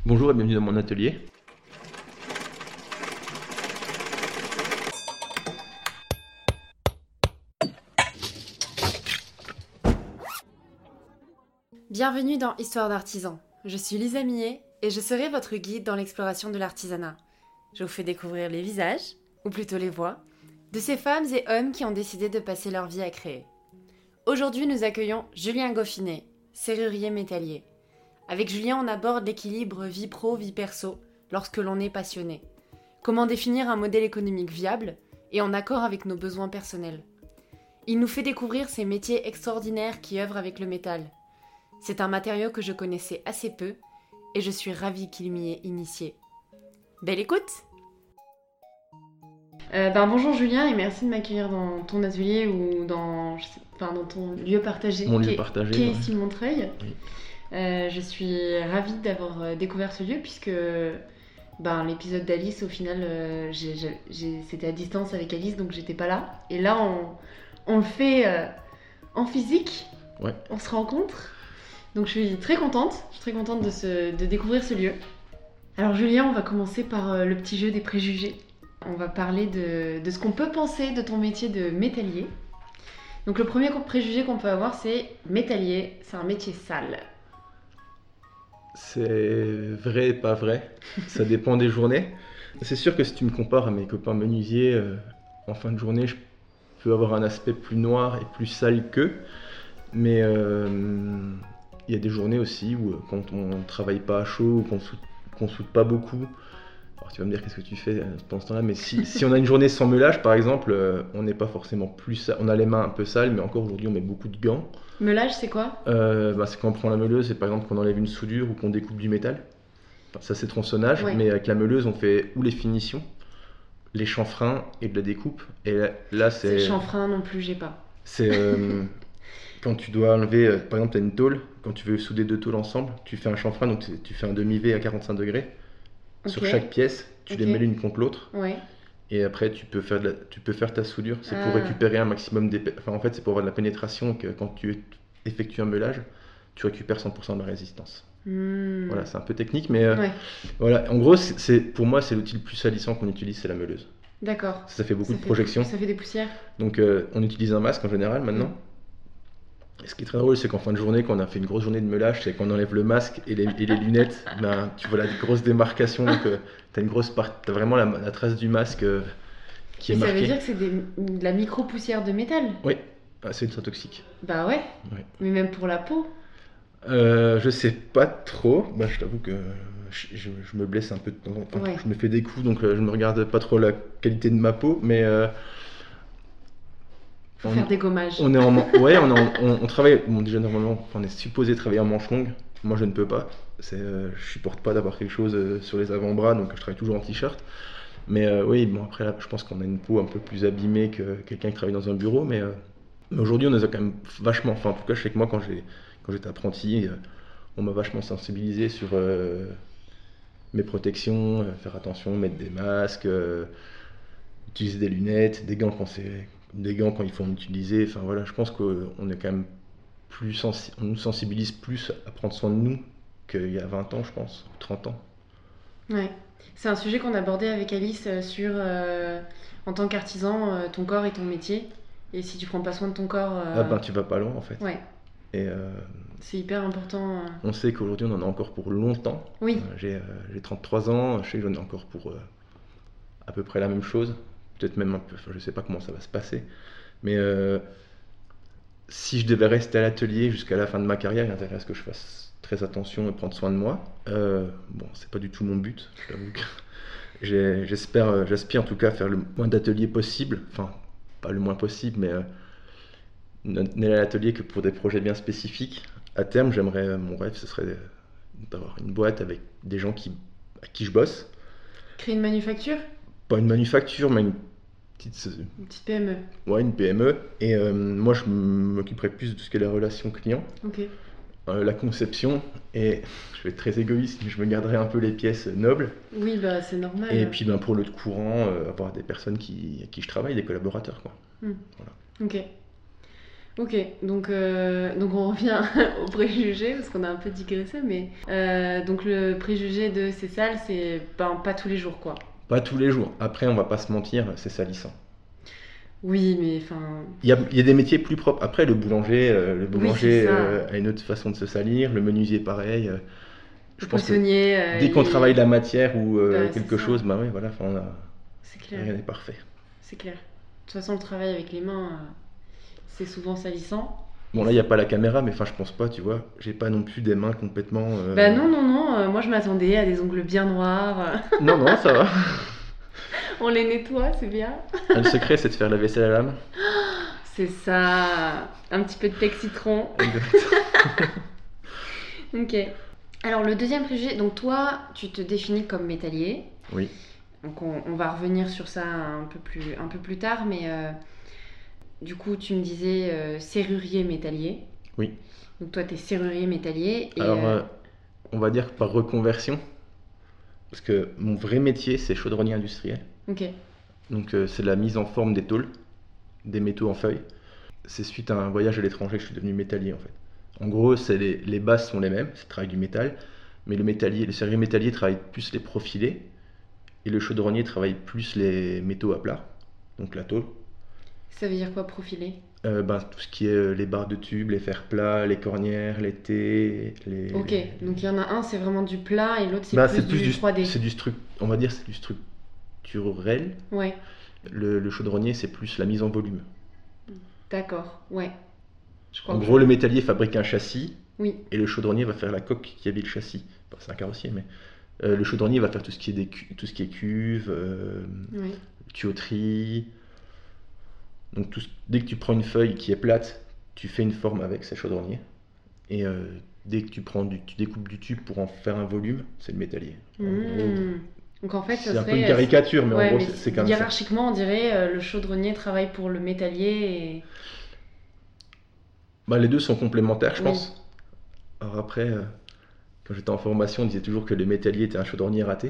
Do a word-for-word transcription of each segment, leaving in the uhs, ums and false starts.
Bonjour et bienvenue dans mon atelier. Bienvenue dans Histoire d'artisan. Je suis Lisa Millet et je serai votre guide dans l'exploration de l'artisanat. Je vous fais découvrir les visages, ou plutôt les voix, de ces femmes et hommes qui ont décidé de passer leur vie à créer. Aujourd'hui, nous accueillons Julien Goffinet, serrurier métallier. Avec Julien, on aborde l'équilibre vie pro-vie perso lorsque l'on est passionné. Comment définir un modèle économique viable et en accord avec nos besoins personnels. Il nous fait découvrir ces métiers extraordinaires qui œuvrent avec le métal. C'est un matériau que je connaissais assez peu et je suis ravie qu'il m'y ait initié. Belle écoute! euh, ben Bonjour Julien et merci de m'accueillir dans ton atelier ou dans, je sais, enfin, dans ton lieu partagé, Mon lieu qui est, partagé, qui est ouais. ici Montreuil. Oui. Euh, je suis ravie d'avoir découvert ce lieu puisque ben, l'épisode d'Alice au final euh, j'ai, j'ai, c'était à distance avec Alice donc j'étais pas là. Et là on, on le fait euh, en physique, Ouais. On se rencontre. Donc je suis très contente, je suis très contente de, ce, de découvrir ce lieu. Alors Julien, on va commencer par le petit jeu des préjugés. On va parler de, de ce qu'on peut penser de ton métier de métallier. Donc le premier préjugé qu'on peut avoir, c'est métallier, c'est un métier sale. C'est vrai et pas vrai, ça dépend des journées. C'est sûr que si tu me compares à mes copains menuisiers, euh, en fin de journée, je peux avoir un aspect plus noir et plus sale qu'eux. Mais euh, il y a des journées aussi où quand on travaille pas à chaud ou qu'on soude, qu'on soude pas beaucoup, alors tu vas me dire qu'est-ce que tu fais pendant ce temps-là, mais si, si on a une journée sans meulage par exemple, euh, on n'est pas forcément plus sale, on a les mains un peu sales, mais encore aujourd'hui on met beaucoup de gants. Meulage, c'est quoi? euh, bah, C'est quand on prend la meuleuse, c'est par exemple qu'on enlève une soudure ou qu'on découpe du métal. Enfin, ça c'est tronçonnage, Ouais. mais avec la meuleuse on fait ou les finitions, les chanfreins et de la découpe. Et là, là c'est... C'est chanfrein non plus, j'ai pas. C'est... euh, Quand tu dois enlever, euh, par exemple, tu as une tôle, quand tu veux souder deux tôles ensemble, tu fais un chanfrein, donc tu- tu fais un demi-V à quarante-cinq degrés sur Ok. chaque pièce, tu les Ok. mets l'une contre l'autre, Ouais. et après tu peux faire, de la- tu peux faire ta soudure. C'est pour Ah. récupérer un maximum d'épaisseur. Enfin, en fait, c'est pour avoir de la pénétration, que quand tu effectues un meulage, tu récupères cent pour cent de la résistance. Hmm. Voilà, c'est un peu technique, mais euh, Ouais, voilà. En gros, c'est, c'est- pour moi, c'est l'outil le plus salissant qu'on utilise, c'est la meuleuse. d'accord. Ça fait beaucoup Ça de fait- projections. Ça fait des poussières. Donc, euh, on utilise un masque en général maintenant. Mm. Et ce qui est très drôle, c'est qu'en fin de journée, quand on a fait une grosse journée de meulage, c'est qu'on enlève le masque et les, et les lunettes, ben, tu vois la grosse démarcation, donc euh, t'as une grosse part, t'as vraiment la, la trace du masque euh, qui est Et ça marquée. veut dire que c'est des, de la micro-poussière de métal? Oui, ah, c'est ultra toxique. Bah ouais, Ouais. mais même pour la peau. Euh, je sais pas trop, bah, je t'avoue que je, je- je me blesse un peu de temps en temps. Ouais. Je me fais des coups, donc euh, je me regarde pas trop la qualité de ma peau, mais euh, Faut on, faire des gommages. on est en, man- ouais, on, est en- on, on travaille, bon, déjà normalement, enfin, on est supposé travailler en manche longue. Moi, je ne peux pas. C'est, euh, je supporte pas d'avoir quelque chose euh, sur les avant-bras, donc je travaille toujours en t-shirt. Mais euh, oui, bon après là, je pense qu'on a une peau un peu plus abîmée que quelqu'un qui travaille dans un bureau, mais, euh, mais aujourd'hui, on nous a quand même vachement. Enfin, en tout cas, je sais que moi, quand j'ai, quand j'étais apprenti, euh, on m'a vachement sensibilisé sur euh, mes protections, euh, faire attention, mettre des masques, euh, utiliser des lunettes, des gants quand c'est, des gants quand il faut en utiliser. Enfin voilà, je pense qu'on est quand même plus sensi- on nous sensibilise plus à prendre soin de nous qu'il y a vingt ans, je pense, ou trente ans. Ouais. C'est un sujet qu'on abordait avec Alice euh, sur, euh, en tant qu'artisan, euh, ton corps et ton métier. Et si tu prends pas soin de ton corps, euh, Ah ben tu vas pas loin en fait. ouais, Et euh, c'est hyper important. euh. on sait qu'aujourd'hui on en a encore pour longtemps. Oui, Euh, j'ai, euh, j'ai trente-trois ans, je sais que j'en ai encore pour euh, à peu près la même chose. Peut-être même un peu, enfin, je sais pas comment ça va se passer. Mais euh, si je devais rester à l'atelier jusqu'à la fin de ma carrière, il y a intérêt à ce que je fasse très attention et prendre soin de moi. Euh, bon, c'est pas du tout mon but, je t'avoue que j'ai- j'espère, euh, j'aspire en tout cas à faire le moins d'ateliers possible. Enfin, pas le moins possible, mais euh, n'aller à l'atelier que pour des projets bien spécifiques. À terme, j'aimerais, euh, mon rêve, ce serait euh, d'avoir une boîte avec des gens qui, à qui je bosse. créer une manufacture, Pas une manufacture, mais une petite, une petite P M E. ouais, une P M E. Et euh, moi, je m'occuperai plus de tout ce qui est la relation client. Ok. Euh, la conception, et je vais être très égoïste, mais je me garderai un peu les pièces nobles. Oui, bah c'est normal. Et puis ben, pour le courant, euh, avoir des personnes qui, avec qui je travaille, des collaborateurs. Quoi. Hmm. Voilà. Ok. Ok, donc, euh, donc on revient au préjugé, parce qu'on a un peu digressé, mais euh, donc le préjugé de c'est sale, c'est ben, pas tous les jours, quoi. Pas tous les jours. Après, on va pas se mentir, c'est salissant. Oui, mais enfin, Il y a, il y a des métiers plus propres. Après, le boulanger, euh, le oui, c'est boulanger ça. euh, a une autre façon de se salir, le menuisier pareil. euh, Le je pense que poissonnier, euh, dès qu'on travaille il... la matière ou euh, bah, c'est quelque ça, chose, bah oui, voilà, enfin, on a, c'est clair, rien n'est parfait. c'est clair. De toute façon, le travail avec les mains, euh, c'est souvent salissant. Bon, Et là, il n'y a c'est... pas la caméra, mais enfin, je pense pas, tu vois. J'ai pas non plus des mains complètement. Bah euh, non, non, non, euh, moi je m'attendais à des ongles bien noirs. Non, non, ça va. On les nettoie, c'est bien. Le secret, c'est de faire la vaisselle à la main. C'est ça, un petit peu de texte citron. Exact. Ok. Alors le deuxième préjugé, donc toi, tu te définis comme métallier. Oui. Donc on, on va revenir sur ça un peu plus, un peu plus tard, mais euh, du coup tu me disais euh, serrurier métallier. Oui. Donc toi tu es serrurier métallier et Alors, euh, euh, on va dire par reconversion, parce que mon vrai métier, c'est chaudronnier industriel. ok, Donc, euh, c'est la mise en forme des tôles, des métaux en feuilles. C'est suite à un voyage à l'étranger que je suis devenu métallier en fait. En gros, c'est les, les bases sont les mêmes, c'est le travail du métal, mais le métallier, le serrurier métallier travaille plus les profilés et le chaudronnier travaille plus les métaux à plat, donc la tôle. ça veut dire quoi profiler? Euh, ben, tout ce qui est euh, les barres de tubes, les fers plats, les cornières, les T, les. Ok, donc il y en a un c'est vraiment du plat et l'autre c'est Ben, plus c'est plus du du, trois D. c'est du struc, on va dire c'est du structurel. Ouais, Le, le chaudronnier, c'est plus la mise en volume. d'accord, ouais. Je crois En que gros, je... le métallier fabrique un châssis Oui, et le chaudronnier va faire la coque qui habille le châssis. Enfin, c'est un carrossier, mais euh, le chaudronnier va faire tout ce qui est, des cu- tout ce qui est cuve, euh, oui. tuyauterie. Donc, tout ce- dès que tu prends une feuille qui est plate, tu fais une forme avec, c'est chaudronnier. Et euh, dès que tu, prends du, tu découpes du tube pour en faire un volume, c'est le métallier. En gros, Hmm. Donc en fait, ça c'est un peu une serait. caricature, mais en Ouais, gros, mais c'est c'est comme ça. hiérarchiquement, on dirait euh, le chaudronnier travaille pour le métallier et. Bah, les deux sont complémentaires, je Oui, pense. Alors après, euh, quand j'étais en formation, on disait toujours que le métallier était un chaudronnier raté.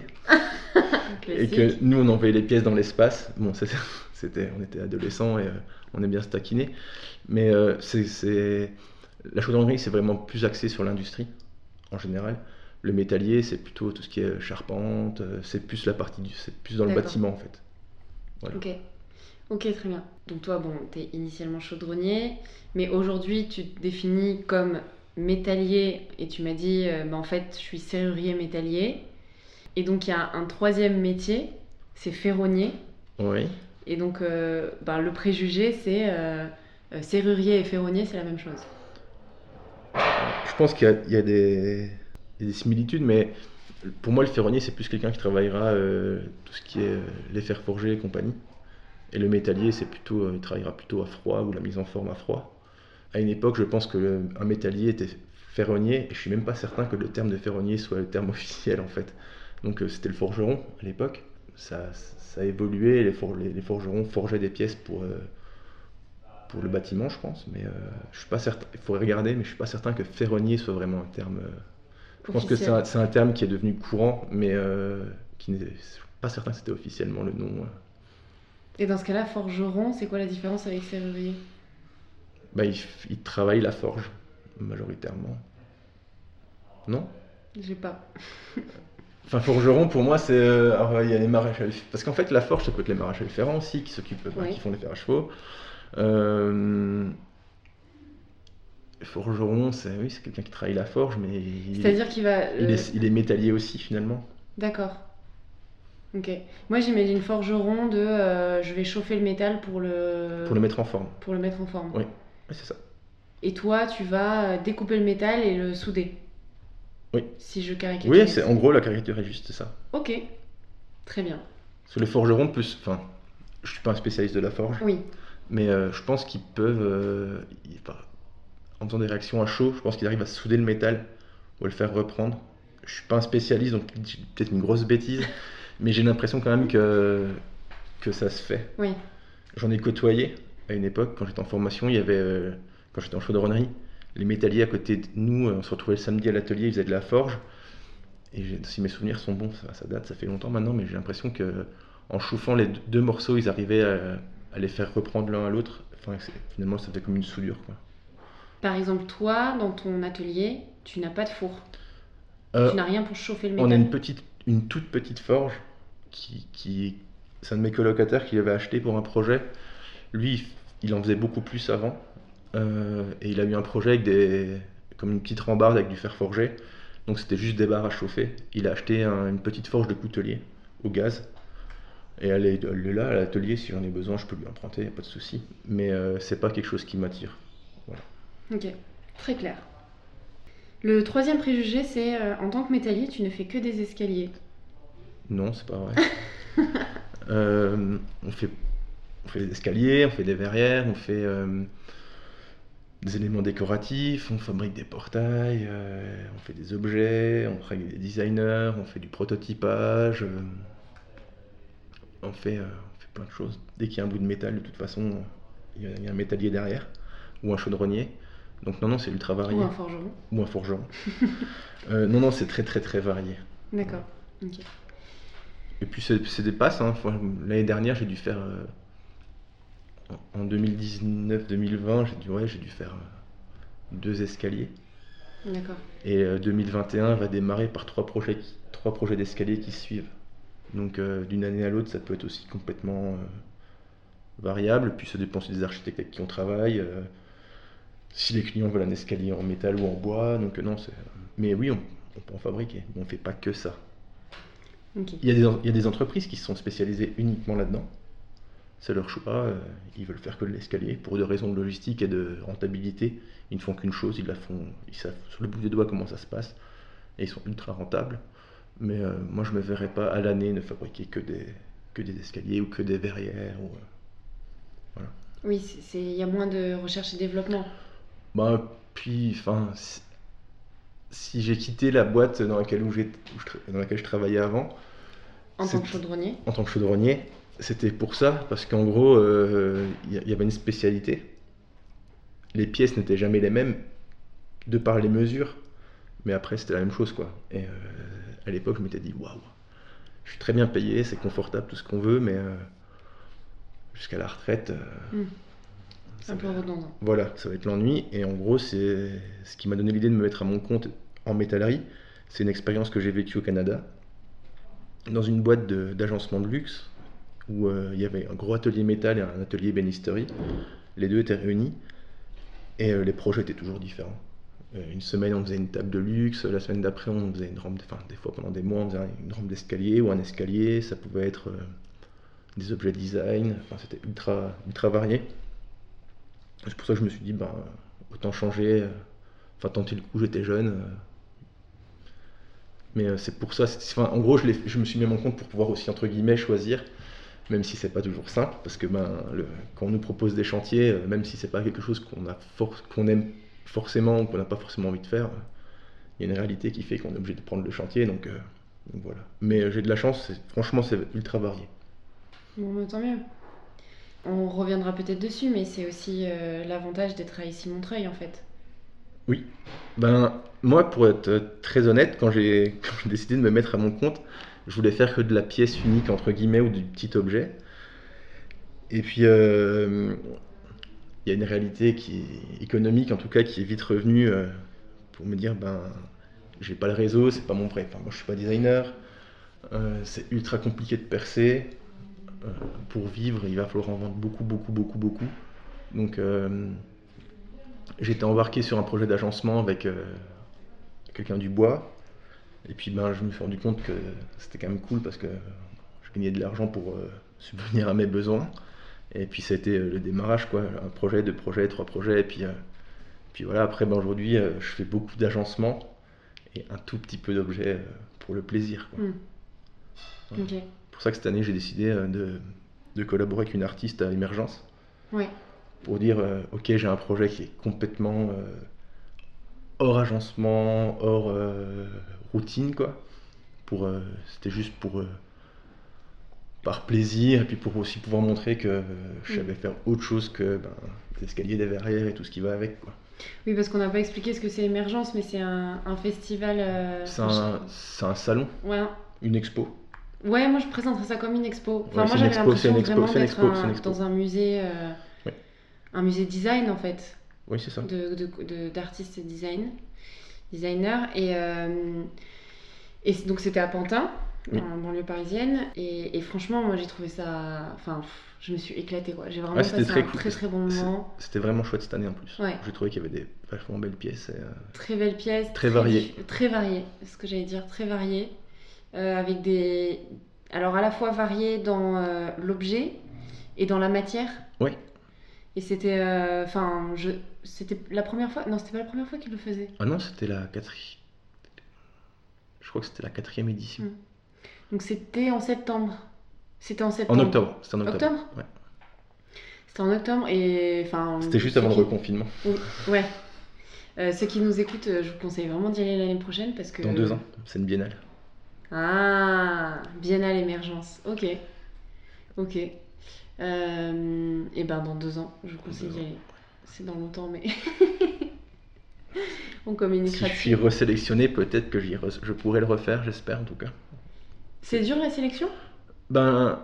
Et que classique. nous, on envoyait les pièces dans l'espace. Bon, c'était, c'était- on était adolescents et euh, on aime bien se taquiner. Mais euh, c'est, c'est- la chaudronnerie, c'est vraiment plus axé sur l'industrie, en général. Le métallier, c'est plutôt tout ce qui est charpente, euh, c'est plus la partie du, c'est plus dans le D'accord. bâtiment, en fait. Voilà. Ok. Ok, très bien. Donc toi, bon, t'es initialement chaudronnier, mais aujourd'hui, tu te définis comme métallier et tu m'as dit, euh, bah, en fait, je suis serrurier métallier. Et donc, il y a un troisième métier, c'est ferronnier. Oui. Et donc, euh, bah, le préjugé, c'est euh, euh, serrurier et ferronnier, c'est la même chose. Je pense qu'il y a, il y a des, il y a des similitudes, mais pour moi, le ferronnier, c'est plus quelqu'un qui travaillera euh, tout ce qui est euh, les fers forgés et compagnie. Et le métallier, c'est plutôt, euh, il travaillera plutôt à froid ou la mise en forme à froid. À une époque, je pense que le- un métallier était ferronnier, et je suis même pas certain que le terme de ferronnier soit le terme officiel en fait. Donc euh, c'était le forgeron à l'époque. Ça, ça a évolué, les, for- les- les forgerons forgeaient des pièces pour, euh, pour le bâtiment, je pense, mais euh, je suis pas certain. Il faudrait regarder, mais je suis pas certain que ferronnier soit vraiment un terme. euh, je pense que c'est Officiel. un, c'est un terme qui est devenu courant, mais euh, qui n'est je suis pas certain que c'était officiellement le nom. euh. Et dans ce cas-là, forgeron, c'est quoi la différence avec serrurier? Bah, il, f- il travaille la forge majoritairement. Non? J'ai pas. Enfin, forgeron, pour moi, c'est. euh, alors, il y a les maréchals. Parce qu'en fait, la forge, ça peut être les maréchals ferrants aussi, qui s'occupent, bah, Oui. qui font les fers à chevaux. Euh, forgeron, c'est oui, c'est quelqu'un qui travaille la forge, mais il, C'est-à-dire qu'il va. il euh, est, il est métallier aussi, finalement. D'accord. Ok. Moi, j'imagine forgeron de euh, je vais chauffer le métal pour le... Pour le mettre en forme. pour le mettre en forme. Oui, oui, c'est ça. Et toi, tu vas euh, découper le métal et le souder. Oui. Si je Oui, caricature. c'est, en gros, la caricature est juste ça. Ok. Très bien. Parce que le forgeron peut. se- Enfin, je suis pas un spécialiste de la forge, Oui. mais euh, je pense qu'ils peuvent. euh, y- enfin, en faisant des réactions à chaud, je pense qu'ils arrivent à souder le métal ou à le faire reprendre. Je suis pas un spécialiste, donc j'ai peut-être une grosse bêtise, mais j'ai l'impression quand même que, que ça se fait. Oui. J'en ai côtoyé à une époque, quand j'étais en formation, il y avait, euh, quand j'étais en chaudronnerie, les métalliers à côté de nous, euh, on se retrouvait le samedi à l'atelier, ils faisaient de la forge. Et j'ai- si mes souvenirs sont bons, ça, ça date, ça fait longtemps maintenant, mais j'ai l'impression que en chauffant les deux- deux morceaux, ils arrivaient à, à les faire reprendre l'un à l'autre, enfin, finalement ça fait comme une soudure, quoi. Par exemple, toi, dans ton atelier, tu n'as pas de four. Euh, tu n'as rien pour chauffer le on a métal. une, petite, une toute petite forge qui, qui c'est un de mes colocataires qui l'avait acheté pour un projet. Lui, il en faisait beaucoup plus avant. Euh, et il a eu un projet avec des, comme une petite rambarde avec du fer forgé. Donc c'était juste des barres à chauffer. Il a acheté un- une petite forge de coutelier au gaz. Et elle est, elle est là à l'atelier, si j'en ai besoin, je peux lui emprunter, y a pas de souci. Mais euh, c'est pas quelque chose qui m'attire. Voilà. Ok, très clair. Le troisième préjugé, c'est euh, en tant que métallier, tu ne fais que des escaliers. Non, c'est pas vrai. Euh, on fait, on fait des escaliers, on fait des verrières, on fait euh, des éléments décoratifs, on fabrique des portails, euh, on fait des objets, on travaille avec des designers, on fait du prototypage, euh, on fait, euh, on fait plein de choses. Dès qu'il y a un bout de métal, de toute façon, il y a, il y a un métallier derrière, ou un chaudronnier. Donc non, non, c'est ultra varié. Ou un forgeron. Ou un forgeron. Euh, non, non, c'est très très très varié. D'accord, ok. Et puis c'est c'est des passes, hein. Enfin, l'année dernière, j'ai dû faire, euh, en en deux mille dix-neuf deux mille vingt, j'ai dû, ouais, j'ai dû faire euh, deux escaliers. D'accord. Et euh, deux mille vingt et un va démarrer par trois projets, qui- trois projets d'escalier qui se suivent. Donc euh, d'une année à l'autre, ça peut être aussi complètement euh, variable. Puis ça dépend aussi des architectes avec qui on travaille. euh, si les clients veulent un escalier en métal ou en bois. Donc euh, non, c'est... Mais oui, on, on peut en fabriquer. Mais on ne fait pas que ça. Ok. Il y, a des, en- il y a des entreprises qui se sont spécialisées uniquement là-dedans. C'est leur choix. euh, ils veulent faire que de l'escalier. Pour des raisons de logistique et de rentabilité, ils ne font qu'une chose. Ils la font. Ils savent sur le bout des doigts comment ça se passe. Et ils sont ultra rentables. Mais euh, moi, je ne me verrais pas à l'année ne fabriquer que des, que des escaliers ou que des verrières. Ou, euh, voilà. Oui, c'est- c'est- il y a moins de recherche et développement. Bah, puis, enfin, si, si j'ai quitté la boîte dans laquelle, où j'ai- où je, tra- dans laquelle je travaillais avant, En c'est- tant que chaudronnier. en tant que chaudronnier, c'était pour ça, parce qu'en gros, euh, il y, a- il y avait une spécialité. Les pièces n'étaient jamais les mêmes, de par les mesures, mais après, c'était la même chose, quoi. Et euh, à l'époque, je m'étais dit, waouh, je suis très bien payé, c'est confortable, tout ce qu'on veut, mais euh, jusqu'à la retraite, euh, Hmm. ça Un peu va- redondant. voilà, ça va être l'ennui. Et en gros, c'est ce qui m'a donné l'idée de me mettre à mon compte en métallerie. C'est une expérience que j'ai vécue au Canada, dans une boîte de- d'agencement de luxe, où euh, il y avait un gros atelier métal et un atelier bénisterie. Les deux étaient réunis, et euh, les projets étaient toujours différents. Euh, une semaine, on faisait une table de luxe, la semaine d'après, on faisait une rampe, enfin, des fois pendant des mois, on faisait une rampe d'escalier ou un escalier. Ça pouvait être euh, des objets design, enfin, c'était ultra, ultra varié. C'est pour ça que je me suis dit, ben, autant changer, euh, enfin tenter le coup, j'étais jeune. euh, mais euh, c'est pour ça, c'est- enfin, en gros, je, l'ai- je me suis mis à mon compte pour pouvoir aussi, entre guillemets, choisir, même si c'est pas toujours simple, parce que ben, le- quand on nous propose des chantiers, euh, même si c'est pas quelque chose qu'on a for- qu'on aime forcément ou qu'on n'a pas forcément envie de faire, euh, il y a une réalité qui fait qu'on est obligé de prendre le chantier, donc, euh, donc voilà. Mais euh, j'ai de la chance, c'est- franchement, c'est ultra varié. Bon, bah, tant mieux. On reviendra peut-être dessus, mais c'est aussi euh, l'avantage d'être à Issy-Montreuil en fait. Oui. Ben, moi, pour être euh, très honnête, quand j'ai quand j'ai décidé de me mettre à mon compte, je voulais faire que de la pièce unique, entre guillemets, ou du petit objet. Et puis, euh, il y a une réalité qui est économique, en tout cas, qui est vite revenue euh, pour me dire, ben, j'ai pas le réseau, c'est pas mon prêt. Enfin, moi, je suis pas designer, euh, c'est ultra compliqué de percer. Euh, pour vivre, il va falloir en vendre beaucoup, beaucoup, beaucoup, beaucoup. Donc, euh, j'étais embarqué sur un projet d'agencement avec euh, quelqu'un du bois. Et puis ben, je me suis rendu compte que c'était quand même cool parce que je gagnais de l'argent pour euh, subvenir à mes besoins. Et puis ça a été euh, le démarrage, quoi. Un projet, deux projets, trois projets. Et puis, euh, puis voilà, après ben, aujourd'hui, euh, je fais beaucoup d'agencements et un tout petit peu d'objets euh, pour le plaisir, quoi. Hmm. Voilà. Ok. C'est pour ça que cette année, j'ai décidé euh, de, de collaborer avec une artiste à Émergence Ouais. pour dire euh, ok, j'ai un projet qui est complètement euh, hors agencement, hors euh, routine, quoi. Pour, euh, c'était juste pour euh, par plaisir et puis pour aussi pouvoir montrer que euh, je savais faire autre chose que ben, des escaliers, des verrières et tout ce qui va avec, quoi. Oui, parce qu'on n'a pas expliqué ce que c'est Émergence, mais c'est un, un festival. euh, C'est enfin, un, c'est un salon, je- Ouais. une expo. Ouais, moi je présenterais ça comme une expo. Enfin, Ouais, moi c'est une j'avais expo, c'est l'impression une expo, vraiment c'est une d'être expo, c'est un- une expo. dans un musée. euh, Ouais. un musée de design en fait, Oui, c'est ça. de, de, de- d'artistes design, designers. Et, euh, et donc c'était à Pantin, Oui. en banlieue parisienne. Et, et franchement, moi j'ai trouvé ça. Enfin, pff, je me suis éclatée quoi. J'ai vraiment Ouais, c'était passé très un cool. très très bon C'est- moment. C'était vraiment chouette cette année en plus. Ouais. J'ai trouvé qu'il y avait des vachement belles pièces. Et, euh, Très belle pièce. Très variée. dif- Très variée, c'est ce que j'allais dire, très variée. Euh, avec des. Alors à la fois variée dans euh, l'objet et dans la matière. Oui. Et c'était. euh, Enfin, je. C'était la première fois. Non, c'était pas la première fois qu'il le faisait. Ah non, c'était la quatrième. Je crois que c'était la quatrième édition. Mm. Donc c'était en septembre. C'était en En septembre. octobre. C'était en octobre. Octobre Ouais. C'était en octobre et. Enfin. C'était juste ceux avant le qui- reconfinement. Oui, ouais. Euh, ceux qui nous écoutent, euh, je vous conseille vraiment d'y aller l'année prochaine parce que. Dans deux ans. C'est une biennale. Ah, Biennale Émergence. Ok. Ok. Euh, et ben dans deux ans, je vous conseille d'y aller. C'est dans longtemps, mais. On communiquera Si je dessus. suis resélectionné, peut-être que j'y re- je pourrais le refaire, j'espère en tout cas. C'est dur la sélection? Ben,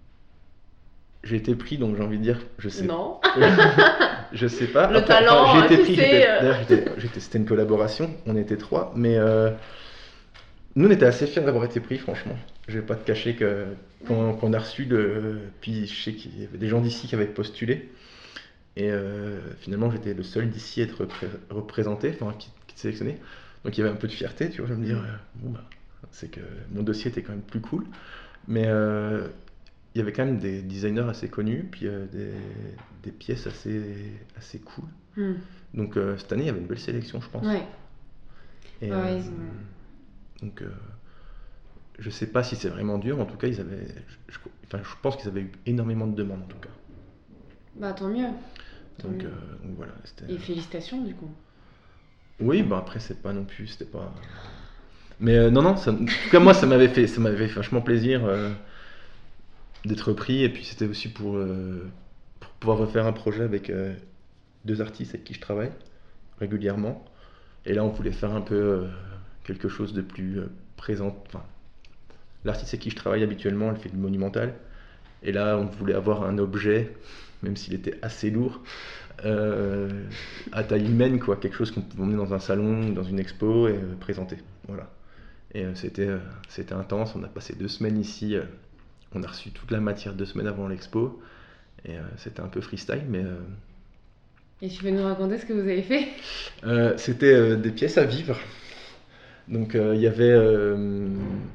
j'ai été pris, donc j'ai envie de dire, je sais. Non. Je sais pas. Le talent, j'ai été tu pris. sais, j'étais- euh. D'ailleurs, j'étais- j'étais- c'était une collaboration. On était trois, mais euh, nous, on était assez fiers d'avoir été pris, franchement. Je vais pas te cacher que quand, quand on a reçu le, puis je sais qu'il y avait des gens d'ici qui avaient postulé, et euh, finalement, j'étais le seul d'ici à être repré- représenté, enfin, qui, qui était sélectionné. Donc, il y avait un peu de fierté, tu vois. Je me dire, euh, bon bah, c'est que mon dossier était quand même plus cool, mais euh, il y avait quand même des designers assez connus, puis euh, des, des pièces assez, assez cool. Hmm. Donc euh, cette année, il y avait une belle sélection, je pense. Ouais. Et, Ouais, euh, ils ont- donc, euh, je sais pas si c'est vraiment dur. En tout cas, ils avaient, je, je- enfin, je pense qu'ils avaient eu énormément de demandes, en tout cas. Bah tant mieux. Tant Donc, mieux. euh, donc voilà. C'était... Et félicitations du coup. Oui, bah après, c'est pas non plus, c'était pas. Mais euh, non, non. Ça, en tout cas, moi, ça m'avait fait, ça m'avait fait vachement plaisir euh, d'être pris. Et puis, c'était aussi pour, euh, pour pouvoir refaire un projet avec euh, deux artistes avec qui je travaille régulièrement. Et là, on voulait faire un peu euh, quelque chose de plus euh, présent. Enfin, l'artiste avec qui je travaille habituellement, elle fait du monumental. Et là, on voulait avoir un objet, même s'il était assez lourd, euh, à taille humaine, quoi. Quelque chose qu'on pouvait emmener dans un salon, dans une expo et euh, présenter. Voilà. Et euh, c'était, euh, c'était intense. On a passé deux semaines ici. euh, on a reçu toute la matière deux semaines avant l'expo. Et euh, c'était un peu freestyle, mais euh, Et tu veux nous raconter ce que vous avez fait? Euh, c'était euh, des pièces à vivre. Donc euh, il y avait euh,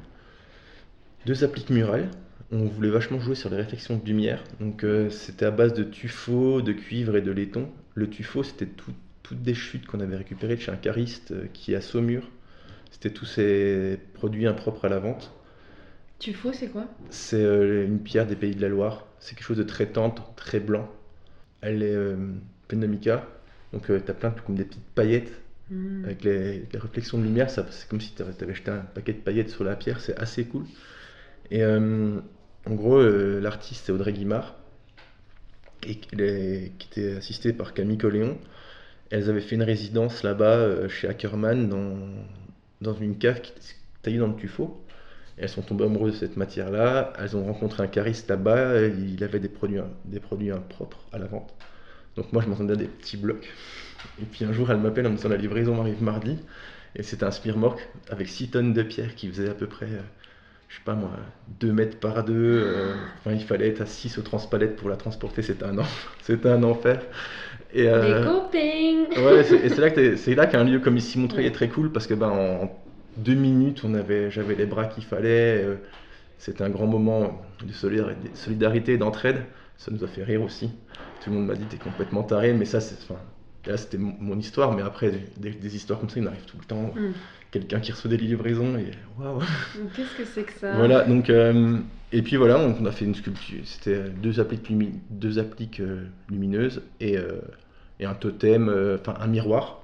deux appliques murales. On voulait vachement jouer sur les réflexions de lumière. Donc euh, c'était à base de tuffeau, de cuivre et de laiton. Le tuffeau, c'était tout- toutes des chutes qu'on avait récupérées de chez un cariste euh, qui est à Saumur. C'était tous ces produits impropres à la vente. Tuffeau, c'est quoi? C'est euh, une pierre des Pays de la Loire. C'est quelque chose de très tendre, très blanc. Elle est euh, pleine de mica. Donc tu as plein de comme des petites paillettes. Hmm. Avec les, les réflexions de lumière, ça, c'est comme si tu avais jeté un paquet de paillettes sur la pierre, c'est assez cool. Et euh, en gros, euh, l'artiste c'est Audrey Guimard, et qui est- qui était assistée par Camille Colléon. Elles avaient fait une résidence là-bas euh, chez Ackerman dans, dans une cave qui était taillée dans le tuffeau. Et elles sont tombées amoureuses de cette matière-là. Elles ont rencontré un cariste là-bas, il avait des produits, des produits impropres à la vente. Donc moi je m'entendais à des petits blocs. Et puis un jour elle m'appelle en me disant la livraison arrive mardi. Et c'était un spire-morque avec six tonnes de pierre qui faisait à peu près, euh, je sais pas moi, deux mètres par deux. euh, enfin il fallait être à six au transpalette pour la transporter, c'était un, en- c'était un enfer. Et, euh, Les copains. ouais, c'est- et c'est là que t'es- c'est là qu'un lieu comme ici Montreuil est très cool parce que ben en, en deux minutes on avait, j'avais les bras qu'il fallait. euh, c'était un grand moment de solidar- de solidarité et d'entraide. Ça nous a fait rire aussi. Tout le monde m'a dit t'es complètement taré, mais ça c'est, enfin, là c'était mon, mon histoire, mais après des, des histoires comme ça il m'arrive tout le temps. Hmm. Quelqu'un qui reçoit des livraisons et waouh. Qu'est-ce que c'est que ça? Voilà, donc, euh, et puis voilà, donc on a fait une sculpture. C'était deux appliques, lumi- deux appliques euh, lumineuses et, euh, et un totem, euh, enfin un miroir.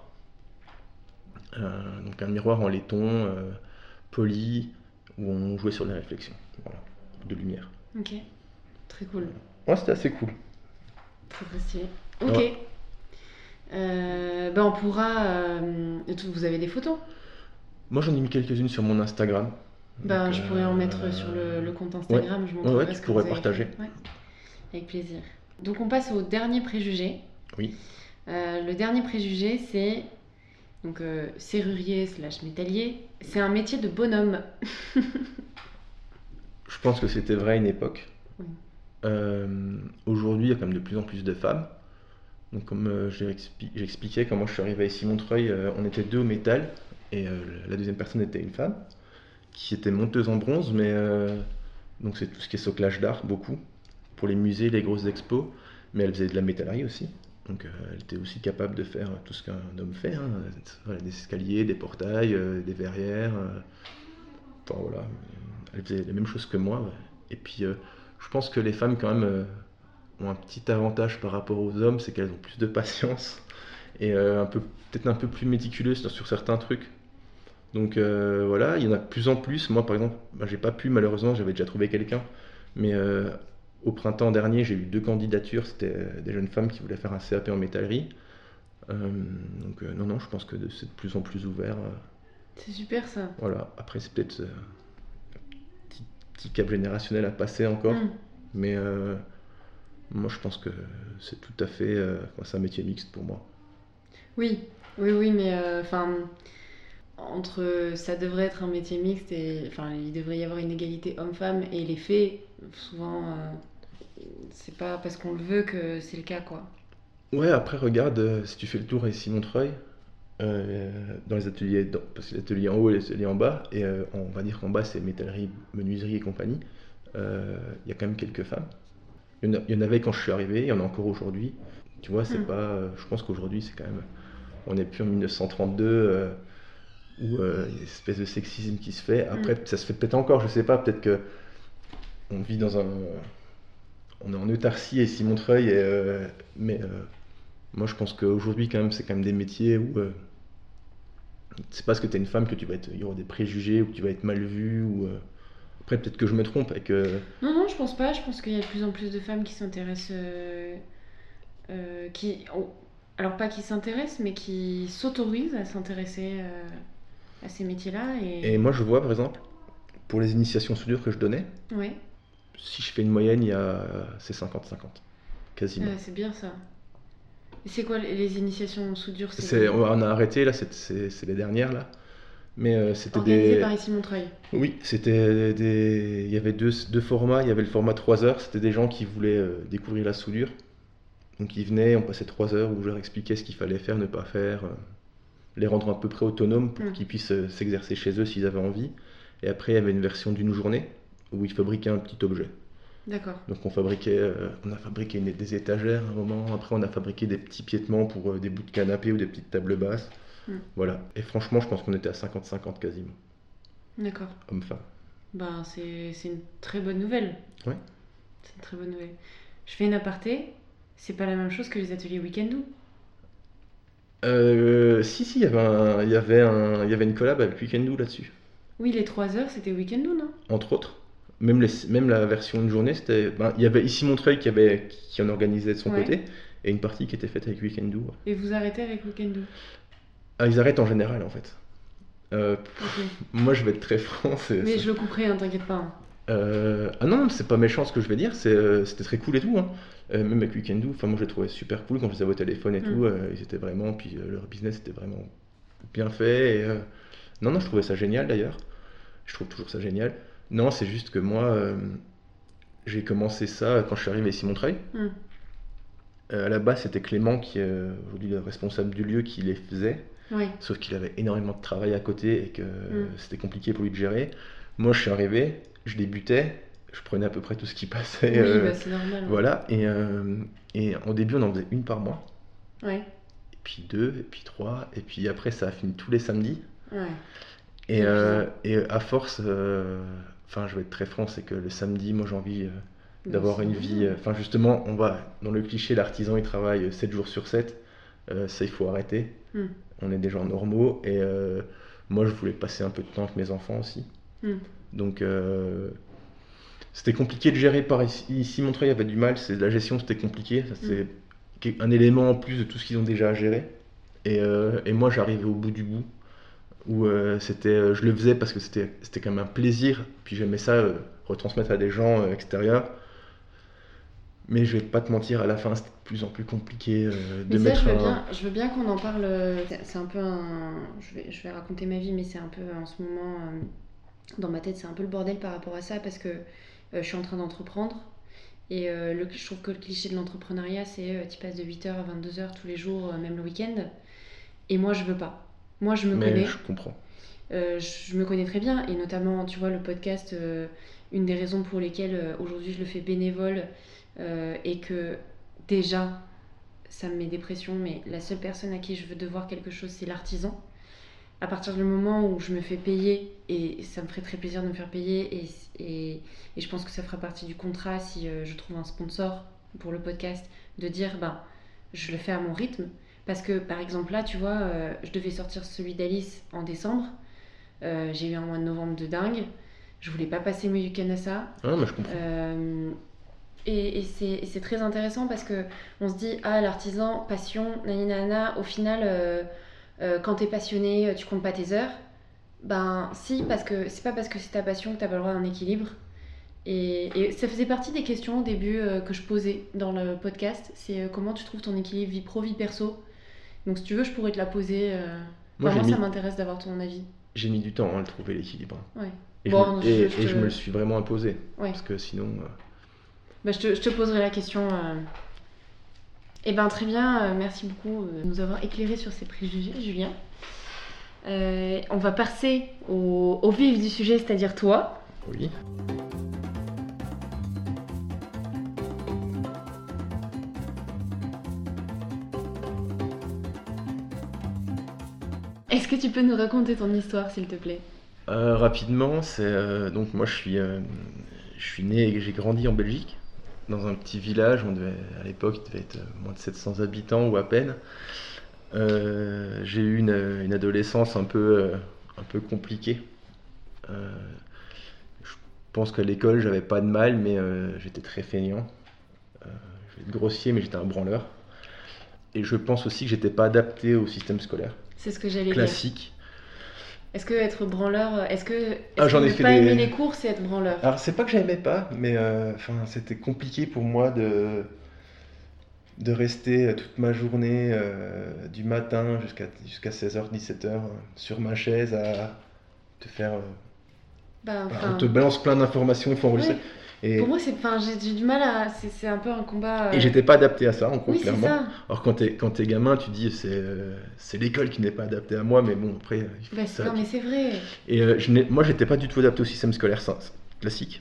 Euh, donc un miroir en laiton, euh, poli, où on jouait sur les réflexions, voilà, de lumière. Ok, très cool. Ouais, c'était assez cool. Très très stylé. Ok. Ouais. Euh, ben on pourra. euh, vous avez des photos? Moi j'en ai mis quelques-unes sur mon Instagram. Ben Donc, je pourrais en euh, mettre sur le, le compte Instagram. Je ouais, montrerai ouais, tu ce que pourrais vous avez partager. fait. Ouais. Avec plaisir. Donc on passe au dernier préjugé. Oui. Euh, le dernier préjugé, c'est donc euh, serrurier slash métallier. C'est un métier de bonhomme. Je pense que c'était vrai à une époque. Oui. Euh, Aujourd'hui, il y a quand même de plus en plus de femmes. Donc, comme euh, j'ai expli- j'expliquais, quand moi je suis arrivé ici à Montreuil, euh, on était deux au métal, et euh, la deuxième personne était une femme, qui était monteuse en bronze, mais euh, donc c'est tout ce qui est soclage d'art, beaucoup, pour les musées, les grosses expos, mais elle faisait de la métallerie aussi. Donc euh, elle était aussi capable de faire tout ce qu'un homme fait, hein. Voilà, des escaliers, des portails, euh, des verrières, euh, enfin voilà, elle faisait les mêmes choses que moi, ouais. Et puis euh, je pense que les femmes quand même euh, ont un petit avantage par rapport aux hommes, c'est qu'elles ont plus de patience et euh, un peu, peut-être un peu plus méticuleuses sur, sur certains trucs. Donc euh, voilà, il y en a de plus en plus. Moi par exemple, bah, j'ai pas pu malheureusement, j'avais déjà trouvé quelqu'un, mais euh, au printemps dernier, j'ai eu deux candidatures, c'était euh, des jeunes femmes qui voulaient faire un C A P en métallerie. Euh, donc euh, non, non, je pense que de- c'est de plus en plus ouvert. euh, C'est super ça. voilà, après c'est peut-être euh, petit, petit cap générationnel à passer encore, Mm. mais euh, moi je pense que c'est tout à fait, euh, enfin, c'est un métier mixte pour moi. Oui, oui, oui, mais euh, enfin, entre ça devrait être un métier mixte et enfin, il devrait y avoir une égalité homme-femme et les faits, souvent, euh, c'est pas parce qu'on le veut que c'est le cas, quoi. Ouais, après regarde, euh, si tu fais le tour ici Montreuil, euh, dans les ateliers, dans- parce que les ateliers en haut et les ateliers en bas, et euh, on va dire qu'en bas c'est métallerie, menuiserie et compagnie, euh, il y a quand même quelques femmes. Il y en a- il y en avait quand je suis arrivé, il y en a encore aujourd'hui. Tu vois, c'est Mm. pas. euh, Je pense qu'aujourd'hui c'est quand même. On n'est plus en mille neuf cent trente-deux euh, où euh, il y a une espèce de sexisme qui se fait. Mm. Après, ça se fait peut-être encore, je sais pas, peut-être que on vit dans un. On est en autarcie ici Montreuil, et, euh, mais euh, moi je pense qu'aujourd'hui quand même c'est quand même des métiers où euh, c'est parce que tu es une femme que tu vas être, il y aura des préjugés ou que tu vas être mal vue ou euh, après peut-être que je me trompe et que Non, non, je pense pas. Je pense qu'il y a de plus en plus de femmes qui s'intéressent, euh, euh, qui, ont- alors pas qui s'intéressent, mais qui s'autorisent à s'intéresser euh, à ces métiers-là et et moi je vois par exemple pour les initiations soudure que je donnais, ouais, si je fais une moyenne, il y a c'est cinquante cinquante quasiment. euh, c'est bien ça. Et c'est quoi les les initiations soudure? C'est C'est des on a arrêté là, c'est c'est- c'est les dernières là, mais euh, c'était organisées par des ici Montreuil. oui, c'était des il y avait deux, deux formats, il y avait le format trois heures, c'était des gens qui voulaient euh, découvrir la soudure. Donc ils venaient, on passait trois heures où je leur expliquais ce qu'il fallait faire, ne pas faire, euh, les rendre à peu près autonomes pour Mm. qu'ils puissent euh, s'exercer chez eux s'ils avaient envie. Et après, il y avait une version d'une journée où ils fabriquaient un petit objet. D'accord. Donc on fabriquait, euh, on a fabriqué une- des étagères à un moment, après on a fabriqué des petits piétements pour euh, des bouts de canapé ou des petites tables basses. Mm. Voilà. Et franchement, je pense qu'on était à cinquante cinquante quasiment, D'accord. homme-femme. Ben c'est c'est une très bonne nouvelle. Ouais. C'est une très bonne nouvelle. Je fais une aparté. C'est pas la même chose que les ateliers Weekendoo. Euh, si, si, il y avait, un- il y avait, un- il y avait une collab avec Weekendoo là-dessus. Oui, les trois heures, c'était Weekendoo, non? Entre autres. Même, les- même la version une journée, c'était. Ben, il y avait ici Montreuil qui, avait, qui en organisait de son Ouais. côté, et une partie qui était faite avec Weekendoo. Ouais. Et vous arrêtez avec Weekendoo. Ah, ils arrêtent en général en fait. Euh, Ok. Moi je vais être très franc. c'est- Mais c'est- je le couperai, hein, t'inquiète pas, hein. Euh, ah non, c'est pas méchant ce que je vais dire, c'est, euh, c'était très cool et tout, hein. Euh, même avec Weekendoo, enfin moi je les trouvais super cool quand je les avais au téléphone et Mm. tout, euh, ils étaient vraiment, puis euh, leur business était vraiment bien fait. Et, euh, non, non, je trouvais ça génial d'ailleurs. Je trouve toujours ça génial. Non, c'est juste que moi, euh, j'ai commencé ça quand je suis arrivé ici à Montreuil. Mm. Euh, à la base, c'était Clément, qui est euh, aujourd'hui le responsable du lieu, qui les faisait. Oui. Sauf qu'il avait énormément de travail à côté et que Mm. c'était compliqué pour lui de gérer. Moi, je suis arrivé, je débutais, je prenais à peu près tout ce qui passait. Oui, euh, bah c'est normal, hein. voilà. Et, euh, et au début, on en faisait une par mois, Ouais. et puis deux, et puis trois, et puis après, ça a fini tous les samedis. Ouais. Et, C'est euh, épuisant. et à force, euh, enfin, je vais être très franc, c'est que le samedi, moi, j'ai envie euh, Non, d'avoir c'est une bien. vie. euh, Enfin, justement, on va dans le cliché, l'artisan, il travaille sept jours sur sept. Euh, ça, il faut arrêter. Mm. On est des gens normaux et euh, moi je voulais passer un peu de temps avec mes enfants aussi. Mm. Donc euh, c'était compliqué de gérer par ici. Ici Montreuil avait du mal, c'est la gestion c'était compliqué. Ça, c'est un élément en plus de tout ce qu'ils ont déjà à gérer. Et, euh, et moi j'arrivais au bout du bout où euh, c'était, euh, je le faisais parce que c'était, c'était quand même un plaisir. Puis j'aimais ça, euh, retransmettre à des gens euh, extérieurs. Mais je vais pas te mentir, à la fin, c'était de plus en plus compliqué euh, de Mais ça, mettre je veux un. bien, je veux bien qu'on en parle. euh, C'est c'est un peu un. Je vais, je vais raconter ma vie, mais c'est un peu en ce moment. euh, Dans ma tête, c'est un peu le bordel par rapport à ça parce que euh, je suis en train d'entreprendre. Et euh, le, je trouve que le cliché de l'entrepreneuriat, c'est euh, tu passes de huit heures à vingt-deux heures tous les jours, euh, même le week-end. Et moi, je veux pas. Moi, je me Mais je connais. comprends. Euh, je me connais très bien. Et notamment, tu vois, le podcast, euh, une des raisons pour lesquelles euh, aujourd'hui je le fais bénévole euh, et que déjà, ça me met des pressions, mais la seule personne à qui je veux devoir quelque chose, c'est l'artisan. À partir du moment où je me fais payer, et ça me ferait très plaisir de me faire payer, et, et, et je pense que ça fera partie du contrat si euh, je trouve un sponsor pour le podcast, de dire ben je le fais à mon rythme. Parce que par exemple là, tu vois, euh, je devais sortir celui d'Alice en décembre. Euh, j'ai eu un mois de novembre de dingue. Je voulais pas passer mes week-ends à ça. Ah, mais je comprends. Euh, et, et c'est, et c'est très intéressant parce que on se dit ah l'artisan passion nani nana, au final euh, euh, quand t'es passionné tu comptes pas tes heures. Ben si, parce que c'est pas parce que c'est ta passion que t'as pas le droit d'un équilibre. Et, et ça faisait partie des questions au début euh, que je posais dans le podcast, c'est euh, comment tu trouves ton équilibre vie pro vie perso. Donc si tu veux je pourrais te la poser. euh, Moi, Enfin j'ai moi ça mis, m'intéresse d'avoir ton avis. j'ai mis du temps hein, à le trouver l'équilibre. Ouais. Et je, me, Bon je, et, je et je me le te, suis vraiment imposé. ouais. Parce que sinon. euh, Bah, je, te, je te poserai la question. euh, Eh ben très bien, euh, merci beaucoup euh, de nous avoir éclairé sur ces préjugés, Julien. Euh, on va passer au, au vif du sujet, c'est-à-dire toi. Oui. Est-ce que tu peux nous raconter ton histoire, s'il te plaît? Euh, rapidement, c'est euh, donc moi je suis, euh, je suis né et j'ai grandi en Belgique, dans un petit village. On devait, à l'époque, il devait être moins de sept cents habitants ou à peine. Euh, j'ai eu une, une adolescence un peu, euh, un peu compliquée. Euh, je pense qu'à l'école, j'avais pas de mal, mais euh, j'étais très feignant. Euh, je vais être grossier, mais j'étais un branleur. Et je pense aussi que j'étais pas adapté au système scolaire C'est ce que j'allais dire. classique. Est-ce que être branleur, est-ce que, est-ce Ah, j'en que ai ne fait pas des- aimer les cours, c'est être branleur? Alors, c'est pas que j'aimais pas, mais euh, enfin, c'était compliqué pour moi de, de rester toute ma journée, euh, du matin jusqu'à jusqu'à seize heures, dix-sept heures, euh, sur ma chaise à te faire. euh, Bah, bah, enfin, on te balance plein d'informations, il faut enregistrer. ouais. Et, Pour moi, c'est, enfin, j'ai, j'ai du mal à. C'est, c'est un peu un combat. et euh, j'étais pas adapté à ça, en gros, Oui, c'est clairement. ça. Alors, quand t'es quand t'es gamin, tu dis c'est euh, c'est l'école qui n'est pas adaptée à moi, mais bon, après, euh, il faut Bah, ça. c'est- non, mais c'est vrai. Et euh, je n'ai- moi, j'étais pas du tout adapté au système scolaire ça, c'est classique.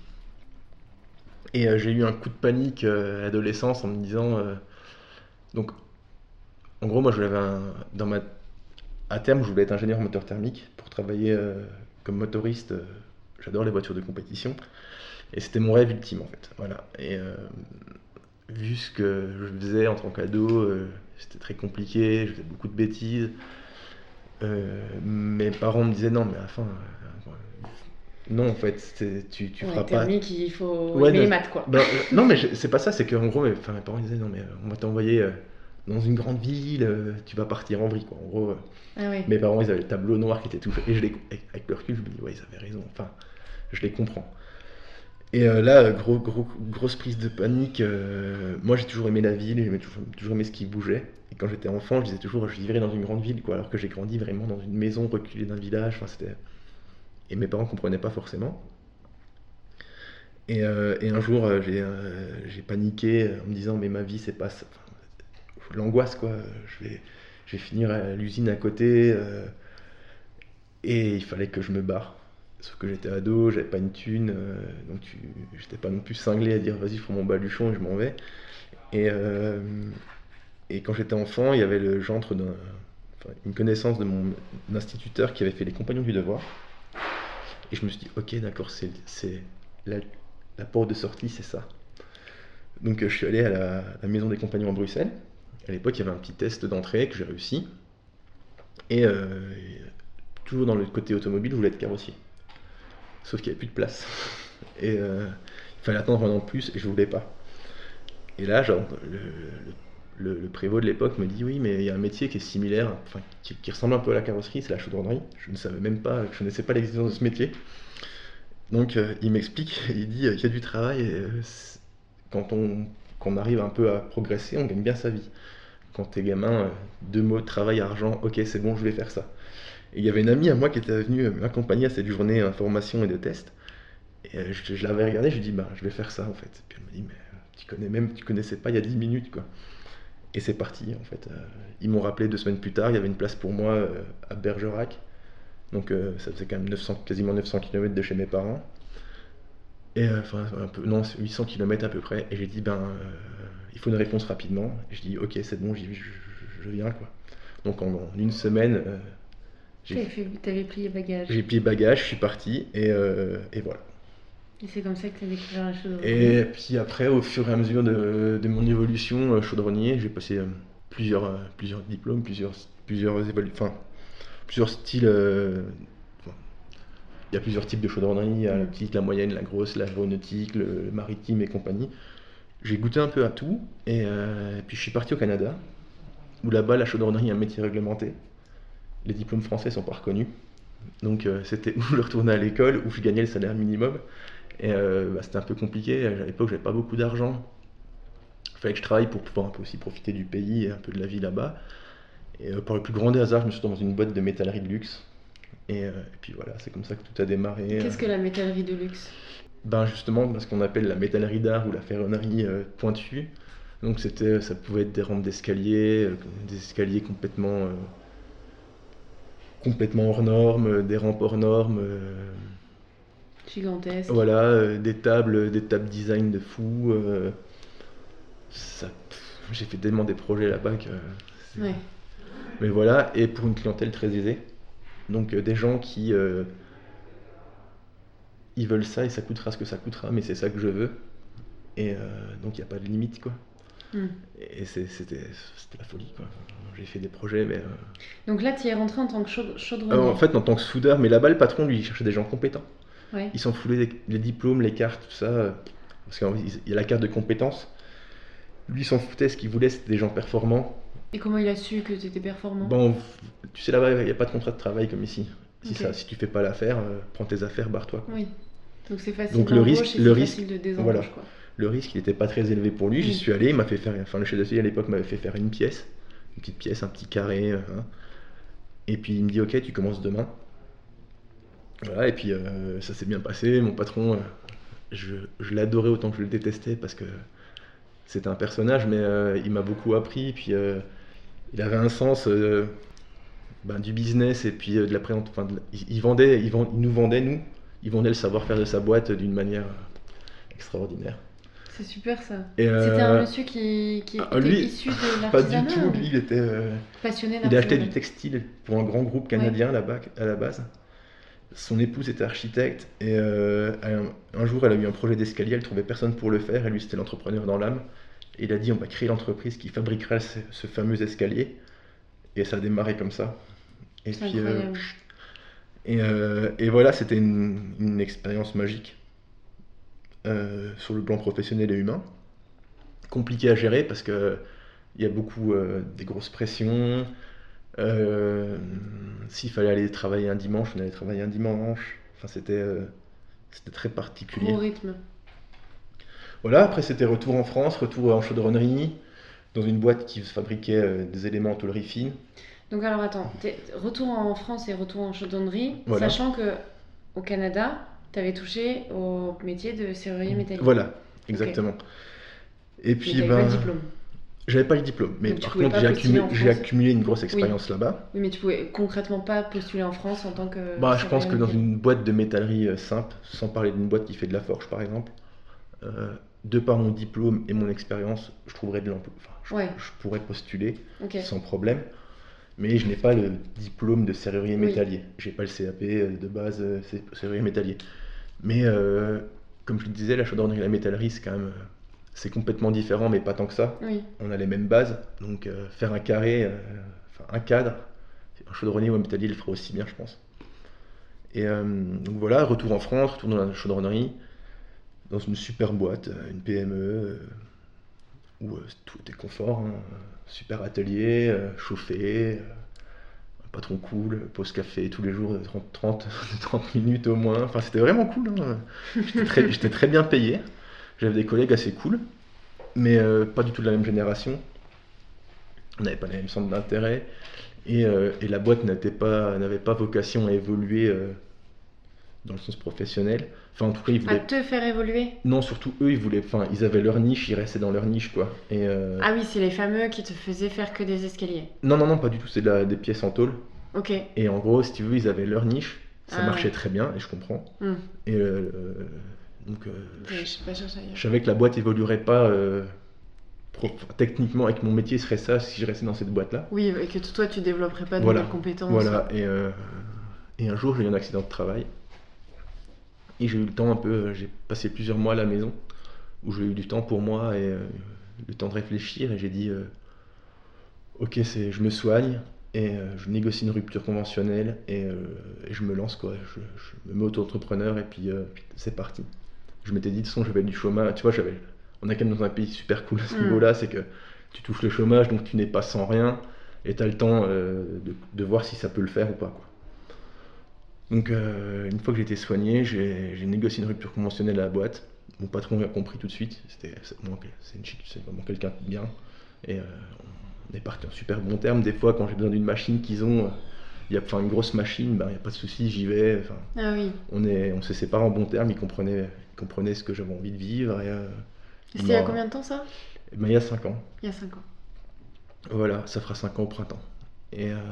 Et euh, j'ai eu un coup de panique euh, à l'adolescence en me disant. euh, donc, en gros, moi, je voulais un, dans ma, à terme, je voulais être ingénieur moteur thermique pour travailler euh, comme motoriste. euh, J'adore les voitures de compétition. Et c'était mon rêve ultime, en fait. Voilà. Et euh, vu ce que je faisais en tant qu'ado, euh, c'était très compliqué, je faisais beaucoup de bêtises. Euh, mes parents me disaient non, mais enfin, euh, non, en fait, c'est- tu, tu Ouais, feras pas. thermique, il faut Ouais, aimer non, les maths, quoi. ben, euh, non, mais je- c'est pas ça, c'est qu'en gros, mes, enfin, mes parents ils disaient non, mais euh, on va t'envoyer euh, dans une grande ville, euh, tu vas partir en vrille, quoi. En gros, euh, Ah ouais. mes parents ils avaient le tableau noir qui était tout fait. Et je les, avec avec le recul, je me dis, ouais, ils avaient raison, enfin, je les comprends. Et euh, là, euh, gros, gros, grosse prise de panique. euh, moi, j'ai toujours aimé la ville, j'ai toujours, toujours aimé ce qui bougeait. Et quand j'étais enfant, je disais toujours, je vivrais dans une grande ville, quoi. Alors que j'ai grandi vraiment dans une maison reculée d'un village. Enfin, c'était. Et mes parents comprenaient pas forcément. Et, euh, et un jour, euh, j'ai euh, j'ai paniqué euh, en me disant, mais ma vie, c'est pas ça. Enfin, l'angoisse, quoi. Je vais, je vais finir à l'usine à côté. euh, et il fallait que je me barre. Sauf que j'étais ado, j'avais pas une thune, euh, donc tu, j'étais pas non plus cinglé à dire vas-y, je prends mon baluchon et je m'en vais. Et, euh, et quand j'étais enfant, il y avait le gendre d'un, enfin, une connaissance de mon instituteur qui avait fait les Compagnons du Devoir. Et je me suis dit, ok, d'accord, c'est, c'est la, la porte de sortie, c'est ça. Donc euh, je suis allé à la, la maison des Compagnons à Bruxelles. À l'époque, il y avait un petit test d'entrée que j'ai réussi. Et, euh, et toujours dans le côté automobile, je voulais être carrossier. Sauf qu'il n'y avait plus de place. Et euh, il fallait attendre un an de plus et je voulais pas. Et là, genre, le, le, le- le prévôt de l'époque me dit oui, mais il y a un métier qui est similaire, enfin, qui, qui ressemble un peu à la carrosserie, c'est la chaudronnerie. Je ne savais même pas, je ne connaissais pas l'existence de ce métier. Donc euh, il m'explique, il dit euh, qu'il y a du travail et, euh, c'est- quand on quand on arrive un peu à progresser, on gagne bien sa vie. Quand t'es gamin, euh, deux mots, travail, argent, ok, c'est bon, je vais faire ça. Et il y avait une amie à moi qui était venue m'accompagner à cette journée d'information et de tests. Et euh, je, je l'avais regardée, je lui ai dit, bah, je vais faire ça en fait. Et puis elle m'a dit, mais euh, tu connais même, tu connaissais pas il y a dix minutes quoi. Et c'est parti en fait. Euh, ils m'ont rappelé deux semaines plus tard, il y avait une place pour moi euh, à Bergerac. Donc euh, ça faisait quand même neuf cents, quasiment neuf cents kilomètres de chez mes parents. Et euh, enfin, un peu, non, c'est huit cents kilomètres à peu près. Et j'ai dit, ben, euh, il faut une réponse rapidement. Et je dis, ok, c'est bon, j'y- je, je- je viens quoi. Donc en, en une semaine, euh, j'ai, T'avais fait- t'avais plié bagage. j'ai plié bagage, je suis parti et, euh, et voilà. Et c'est comme ça que t'as découvert la chaudronnerie. Et puis après, au fur et à mesure de, de mon évolution euh, chaudronnier, j'ai passé euh, plusieurs, euh, plusieurs diplômes, plusieurs, plusieurs, évolu- enfin, plusieurs styles. euh, enfin, il y a plusieurs types de chaudronnerie, il y a la Mm. petite, la moyenne, la grosse, l'aéronautique, le, le maritime et compagnie. J'ai goûté un peu à tout et, euh, et puis je suis parti au Canada, où là-bas la chaudronnerie est un métier réglementé. Les diplômes français sont pas reconnus. Donc euh, c'était où je retournais à l'école, où je gagnais le salaire minimum. Et euh, bah, c'était un peu compliqué. À l'époque, j'avais pas beaucoup d'argent. Il fallait que je travaille pour pouvoir un peu aussi profiter du pays et un peu de la vie là-bas. Et euh, par le plus grand des hasards, je me suis retrouvé dans une boîte de métallerie de luxe. Et, euh, et puis voilà, c'est comme ça que tout a démarré. Qu'est-ce que la métallerie de luxe? Ben justement, ce qu'on appelle la métallerie d'art ou la ferronnerie euh, pointue. Donc c'était, ça pouvait être des rampes d'escalier, euh, des escaliers complètement, euh, complètement hors normes, euh, des rampes hors normes. euh, Gigantesque. Voilà, euh, des tables, des tables design de fou. euh, ça, pff, j'ai fait tellement des projets là-bas que. c'est- Ouais. Mais voilà, et pour une clientèle très aisée. Donc euh, des gens qui. euh, ils veulent ça et ça coûtera ce que ça coûtera, mais c'est ça que je veux. Et euh, donc il n'y a pas de limite, quoi. Mm. Et c'est- c'était c'était la folie, quoi. J'ai fait des projets, mais. euh, Donc là, tu es rentré en tant que chaud- chaudronnier. euh, en fait, en tant que soudeur, mais là-bas, le patron, lui, il cherchait des gens compétents. Ouais. Il s'en foutait des les diplômes, les cartes, tout ça. euh, Parce qu'il y a la carte de compétences. Lui, il s'en foutait, ce qu'il voulait, c'était des gens performants. Et comment il a su que tu étais performant? Bon, tu sais, là-bas, il n'y a pas de contrat de travail comme ici. Si, Ok. ça, si tu fais pas l'affaire, euh, prends tes affaires, barre-toi, quoi. Oui. Donc c'est facile Donc le d'embauche risque- et le c'est risque- facile de désembauche, voilà. quoi. Le risque, il n'était pas très élevé pour lui. J'y Oui. suis allé, il m'a fait faire. Enfin, le chef d'atelier à l'époque m'avait fait faire une pièce, une petite pièce, un petit carré. euh, hein. Et puis il me dit, ok, tu commences demain. Voilà, et puis euh, ça s'est bien passé. Mon patron, euh, je, je l'adorais autant que je le détestais parce que c'était un personnage, mais euh, il m'a beaucoup appris. Puis euh, il avait un sens euh, ben, du business et puis euh, de la présente. Enfin, de la- il, il vendait, il, vend- il nous vendait, nous, il vendait le savoir-faire de sa boîte d'une manière euh, extraordinaire. C'est super ça. Et, euh, C'était un monsieur qui, qui ah, était lui, issu de Pas du l'artisanat tout, ou lui, il était. euh, passionné il a acheté d'artisanat? du textile pour un grand groupe canadien là-bas, à la base. Son épouse était architecte et euh, un, un jour elle a eu un projet d'escalier, elle trouvait personne pour le faire et lui c'était l'entrepreneur dans l'âme. Et il a dit on va créer l'entreprise qui fabriquera ce, ce fameux escalier. Et ça a démarré comme ça. Et C'est puis, euh, incroyable. et, euh, et voilà, c'était une, une expérience magique euh, sur le plan professionnel et humain. Compliqué à gérer parce que il y a beaucoup euh, des grosses pressions. Euh, S'il fallait aller travailler un dimanche, on allait travailler un dimanche. Enfin, c'était euh, c'était très particulier. Gros rythme. Voilà, après c'était retour en France, retour en chaudronnerie, dans une boîte qui fabriquait euh, des éléments en tôlerie fine. Donc alors attends, t'es- retour en France et retour en chaudronnerie, Voilà. sachant que au Canada, tu avais touché au métier de serrurier métallique. Voilà, exactement. Et Mais puis, t'avais ben, pas de diplôme. j'avais pas le diplôme, mais Donc tu par pouvais contre pas j'ai postuler accumulé, en j'ai France. accumulé une grosse expérience là-bas. Oui, mais tu pouvais concrètement pas postuler en France en tant que Bah, je pense serrurier que dans métallique. une boîte de métallerie euh, simple, sans parler d'une boîte qui fait de la forge par exemple, euh, de par mon diplôme et mon expérience, je trouverais de l'emploi. Enfin, je, Ouais. je pourrais postuler Ok. sans problème, mais je n'ai pas le diplôme de serrurier Oui. métallier. J'ai pas le C A P euh, de base euh, c'est serrurier métallier. Mais euh, comme je le disais, la chaudronnerie et la métallerie, c'est quand même euh, c'est complètement différent, mais pas tant que ça. Oui. On a les mêmes bases, donc euh, faire un carré, euh, enfin un cadre, un chaudronnier ou un métallier le fera aussi bien, je pense. Et euh, donc voilà, retour en France, retour dans la chaudronnerie, dans une super boîte, euh, une P M E, euh, où euh, tout était confort, hein, super atelier, euh, chauffé, euh, un patron cool, pause café tous les jours de trente, trente, trente minutes au moins. Enfin, c'était vraiment cool, hein. J'étais très, j'étais très bien payé, j'avais des collègues assez cool. mais euh, pas du tout de la même génération. On n'avait pas les mêmes centres d'intérêt. Et, euh, et la boîte n'était pas, n'avait pas vocation à évoluer euh, dans le sens professionnel. Enfin, en tout cas, ils À voulaient. te faire évoluer? Non, surtout eux, ils voulaient. Enfin, ils avaient leur niche, ils restaient dans leur niche, quoi. Et euh, Ah oui, c'est les fameux qui te faisaient faire que des escaliers. non, non, non, pas du tout. C'est de la- des pièces en tôle. Ok. Et en gros, si tu veux, ils avaient leur niche. Ça Ah marchait ouais. très bien, et je comprends. Hmm. Et euh, euh, donc, euh, Ouais, je, je sais pas chercher ailleurs. je savais que la boîte évoluerait pas. euh, pro- techniquement, avec mon métier, ce serait ça si je restais dans cette boîte-là. Oui, et que toi, tu développerais pas de Voilà. nouvelles compétences. Voilà. Et, euh, et un jour, j'ai eu un accident de travail. Et j'ai eu le temps un peu. euh, J'ai passé plusieurs mois à la maison où j'ai eu du temps pour moi et euh, le temps de réfléchir. Et j'ai dit euh, ok, c'est, je me soigne et euh, je négocie une rupture conventionnelle et, euh, et je me lance, quoi. Je, je me mets auto-entrepreneur et puis, euh, puis c'est parti. Je m'étais dit, de toute façon, j'avais du chômage. Tu vois, j'avais, on est quand même dans un pays super cool à ce Mm. niveau-là, c'est que tu touches le chômage, donc tu n'es pas sans rien et tu as le temps euh, de, de voir si ça peut le faire ou pas, quoi. Donc, euh, une fois que j'ai été soigné, j'ai, j'ai négocié une rupture conventionnelle à la boîte. Mon patron a compris tout de suite. C'était, c'est, moi, c'est, une chic- c'est vraiment quelqu'un de bien. Et euh, on est parti en super bon terme. Des fois, quand j'ai besoin d'une machine qu'ils ont, il y a, enfin, une grosse machine, il ben, n'y a pas de souci, j'y vais. Enfin, Ah oui. on, est, on se sépare en bon terme. Il comprenait, il comprenait ce que j'avais envie de vivre. Et, euh, Et c'était il y a moi, combien de temps ça? eh ben, il y a cinq ans. Il y a cinq ans. Voilà, ça fera cinq ans au printemps. Et euh,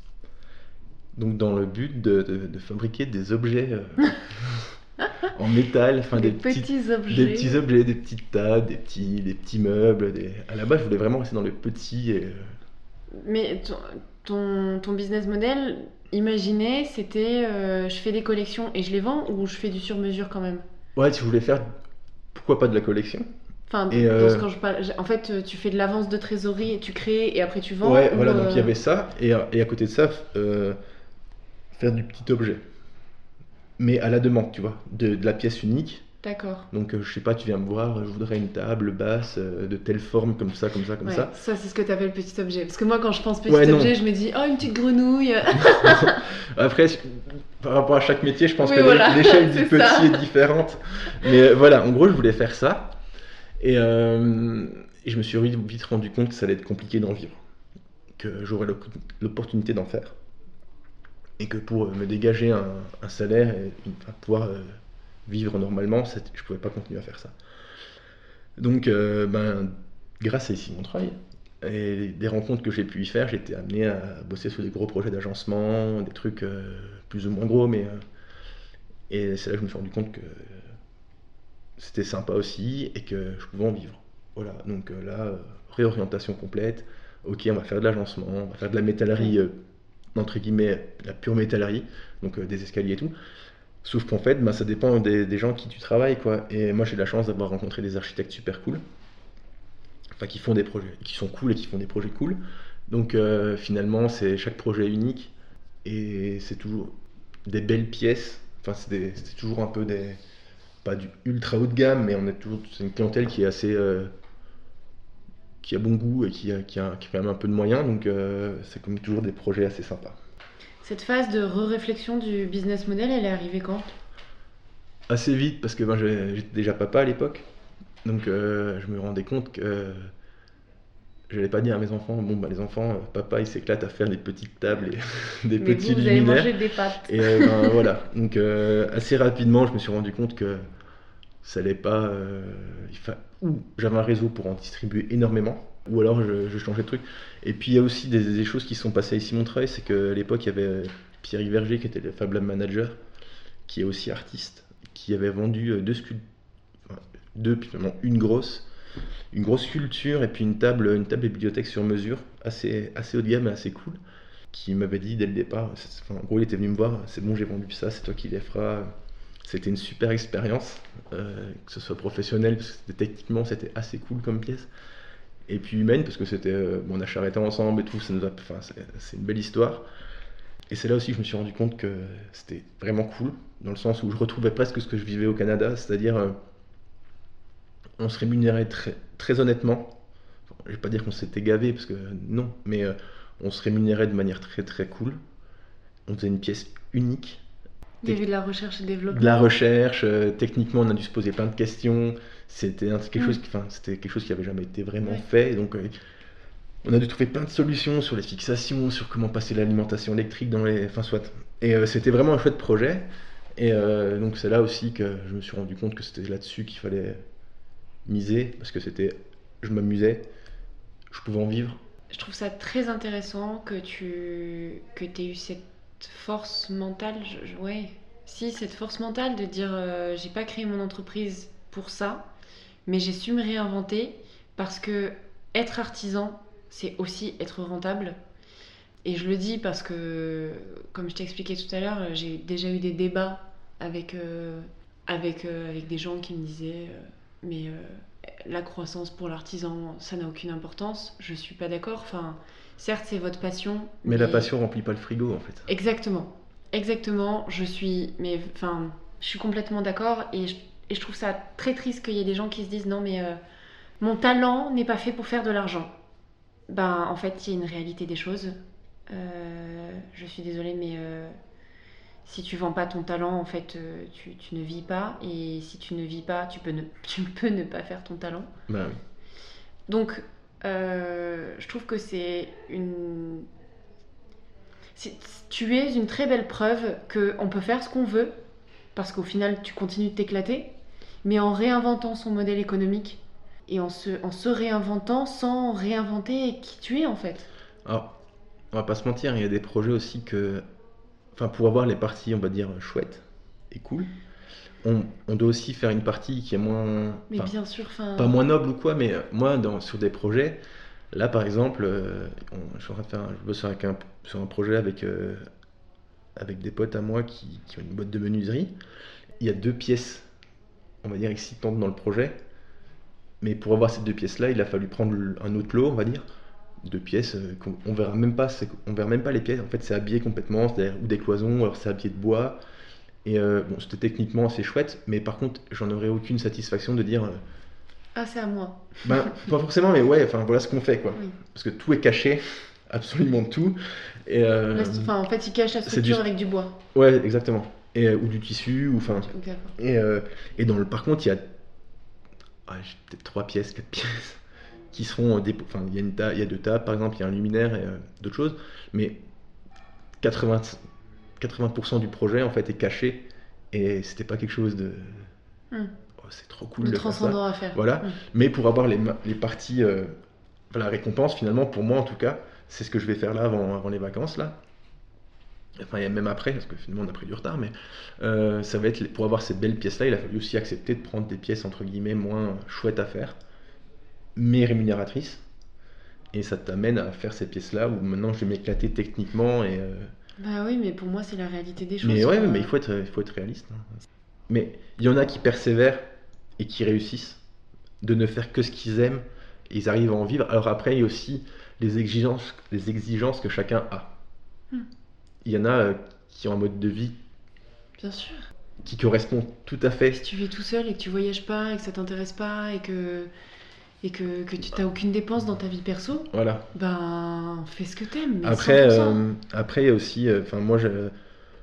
donc, dans le but de, de- de fabriquer des objets euh, en métal, enfin Des des, petits, petits objets. des petits objets, des petites tables, des petits, des petits meubles. Des... À la base, je voulais vraiment rester dans le petit. Et, euh, Mais ton, ton, ton business model, imaginez, c'était euh, je fais des collections et je les vends ou je fais du sur-mesure quand même? Ouais, si je voulais faire, pourquoi pas de la collection? Enfin, Et dans euh, ce quand je parle, j'ai- en fait, euh, tu fais de l'avance de trésorerie, et tu crées et après tu vends ouais, ou, voilà, donc il y euh, avait ça. Et, à- et à côté de ça, euh, faire du petit objet. Mais à la demande, tu vois, de, de la pièce unique. D'accord. Donc, euh, je sais pas, tu viens me voir, je voudrais une table basse euh, de telle forme, comme ça, comme ça, comme Ouais, ça. ça c'est ce que t'appelles petit objet. Parce que moi quand je pense petit Ouais, non. objet, je me dis oh une petite grenouille. Après, je- par rapport à chaque métier, je pense Oui, que voilà, l'é- l'échelle du c'est petit ça. est différente. Mais euh, voilà, en gros, je voulais faire ça. Et, euh, et je me suis vite, vite rendu compte que ça allait être compliqué d'en vivre. Que j'aurais l'op- l'opportunité d'en faire. Et que pour euh, me dégager un, un salaire et enfin, pouvoir euh, vivre normalement, c'est- je pouvais pas continuer à faire ça. Donc, euh, ben, grâce à ici mon travail et des rencontres que j'ai pu y faire, j'ai été amené à bosser sur des gros projets d'agencement, des trucs euh, plus ou moins gros, mais euh, et c'est là que je me suis rendu compte que c'était sympa aussi et que je pouvais en vivre. Voilà, donc euh, là, euh, réorientation complète. Ok, on va faire de l'agencement, on va faire de la métallerie, euh, entre guillemets, la pure métallerie, donc euh, des escaliers et tout. Sauf qu'en fait, ben, ça dépend des, des gens qui tu travailles, quoi. Et moi, j'ai la chance d'avoir rencontré des architectes super cool, enfin qui font des projets, qui sont cool et qui font des projets cool. Donc euh, finalement, c'est chaque projet est unique et c'est toujours des belles pièces. Enfin, c'est des- c'est toujours un peu des pas du ultra haut de gamme, mais on est toujours c'est une clientèle qui est assez euh, qui a bon goût et qui a, qui a, qui a quand même un peu de moyens. Donc euh, c'est comme toujours des projets assez sympas. Cette phase de re-réflexion du business model, elle est arrivée quand? Assez vite parce que ben, j'ai- j'étais déjà papa à l'époque, donc euh, je me rendais compte que j'allais pas dire à mes enfants, bon bah les enfants, euh, papa il s'éclate à faire des petites tables et des Mais petits vous, vous avez luminaires. mangé des pâtes. Et euh, ben, voilà, donc euh, assez rapidement je me suis rendu compte que ça allait pas. euh, il fa- Ou j'avais un réseau pour en distribuer énormément, ou alors je, je changeais de truc. Et puis il y a aussi des, des choses qui se sont passées ici mon travail, c'est qu'à l'époque il y avait Pierre Verger qui était le Fab Lab Manager, qui est aussi artiste, qui avait vendu euh, deux sculptures, deux, puis finalement une grosse, une grosse sculpture et puis une table, une table et bibliothèque sur mesure, assez, assez haut de gamme et assez cool, qui m'avait dit dès le départ, c'est- enfin, en gros il était venu me voir, c'est bon j'ai vendu ça, c'est toi qui les feras. C'était une super expérience, euh, que ce soit professionnel, parce que c'était- techniquement c'était assez cool comme pièce, et puis humaine, parce que c'était, euh, bon, on a charretté ensemble et tout, ça nous a, enfin, c'est, c'est une belle histoire. Et c'est là aussi que je me suis rendu compte que c'était vraiment cool, dans le sens où je retrouvais presque ce que je vivais au Canada, c'est-à-dire euh, on se rémunérait très, très honnêtement. Enfin, je vais pas dire qu'on s'était gavé, parce que non, mais euh, on se rémunérait de manière très très cool. On faisait une pièce unique Il y avait de la recherche et développement. De la recherche, euh, techniquement on a dû se poser plein de questions, c'était un, quelque, Mm. chose qui, enfin, c'était quelque chose qui avait jamais été vraiment Ouais. fait, donc euh, on a dû trouver plein de solutions sur les fixations, sur comment passer l'alimentation électrique dans les... Enfin soit. Et euh, c'était vraiment un chouette projet, et euh, donc c'est là aussi que je me suis rendu compte que c'était là-dessus qu'il fallait miser, parce que c'était... Je m'amusais, je pouvais en vivre. Je trouve ça très intéressant que tu que aies eu cette force mentale, je- je- ouais, si, cette force mentale de dire euh, j'ai pas créé mon entreprise pour ça, mais j'ai su me réinventer parce que être artisan, c'est aussi être rentable. Et je le dis parce que, comme je t'ai expliqué tout à l'heure, j'ai déjà eu des débats avec, euh, avec, euh, avec des gens qui me disaient euh, mais euh, la croissance pour l'artisan, ça n'a aucune importance. Je suis pas d'accord. Enfin, certes, c'est votre passion. Mais la passion remplit pas le frigo en fait. Exactement. Exactement. Je suis. Mais enfin, je suis complètement d'accord. Et je, et je trouve ça très triste qu'il y ait des gens qui se disent non, mais euh, mon talent n'est pas fait pour faire de l'argent. Ben, en fait, il y a une réalité des choses. Euh, je suis désolée, mais euh, si tu vends pas ton talent, en fait, euh, tu, tu ne vis pas. Et si tu ne vis pas, tu peux ne, tu peux ne pas faire ton talent. Bah oui. Donc, euh, je trouve que c'est une. c'est- Tu es une très belle preuve qu'on peut faire ce qu'on veut, parce qu'au final, tu continues de t'éclater, mais en réinventant son modèle économique et en se, en se réinventant sans réinventer qui tu es, en fait. Alors, on va pas se mentir, il y a des projets aussi que... Enfin, pour avoir les parties, on va dire, chouettes et cool, on, on doit aussi faire une partie qui est moins... Mais enfin, bien sûr, enfin. pas moins noble ou quoi, mais euh, moi, dans, sur des projets, là par exemple, euh, on- je suis en train de faire, un- je bosse sur un, sur un projet avec, euh, avec des potes à moi qui, qui ont une boîte de menuiserie. Il y a deux pièces, on va dire, excitantes dans le projet, mais pour avoir ces deux pièces-là, il a fallu prendre le- un autre lot, on va dire, deux pièces euh, qu'on on verra même pas, c'est- on verra même pas les pièces. En fait, c'est habillé complètement, c'est-à-dire ou des cloisons, alors c'est habillé de bois. Et euh, bon, c'était techniquement assez chouette, mais par contre, j'en aurais aucune satisfaction de dire, euh, Ah, c'est à moi. ben, pas forcément, mais ouais, enfin voilà ce qu'on fait quoi. Oui. Parce que tout est caché, absolument tout. Et euh, Là, c'est- enfin, en fait, il cache la c'est structure du- avec du bois. ouais, exactement. Et, euh, ou du tissu, ou enfin. D'accord. Et, euh, et dans le, par contre, il y a ah, j'ai peut-être trois pièces, quatre pièces qui seront euh, dépo- enfin, il y a une ta- il y a deux tables par exemple, il y a un luminaire et euh, d'autres choses, mais quatre-vingts, quatre-vingts pour cent du projet en fait est caché et c'était pas quelque chose de Hmm. oh, c'est trop cool De de faire ça. transcendant à faire. Voilà, Hmm. mais pour avoir les, ma- les parties, euh, enfin, la récompense finalement, pour moi en tout cas, c'est ce que je vais faire là avant, avant les vacances là. Enfin, et même après, parce que finalement on a pris du retard, mais euh, ça va être les- pour avoir ces belles pièces là, il a fallu aussi accepter de prendre des pièces entre guillemets moins chouettes à faire, mais rémunératrices. Et ça t'amène à faire ces pièces là où maintenant je vais m'éclater techniquement et euh, Bah oui, mais pour moi, c'est la réalité des choses. mais ouais, quoi. mais il faut être, il faut être réaliste, hein. Mais il y en a qui persévèrent et qui réussissent de ne faire que ce qu'ils aiment et ils arrivent à en vivre. Alors après, il y a aussi les exigences, les exigences que chacun a. Hmm. Il y en a euh, qui ont un mode de vie Bien sûr. qui correspond tout à fait. Si tu vis tout seul et que tu voyages pas et que ça t'intéresse pas et que et que, que tu n'as aucune dépense dans ta vie perso, Voilà. ben fais ce que t'aimes. Mais Après, cent pour cent. euh, après il y a aussi, euh, enfin moi je-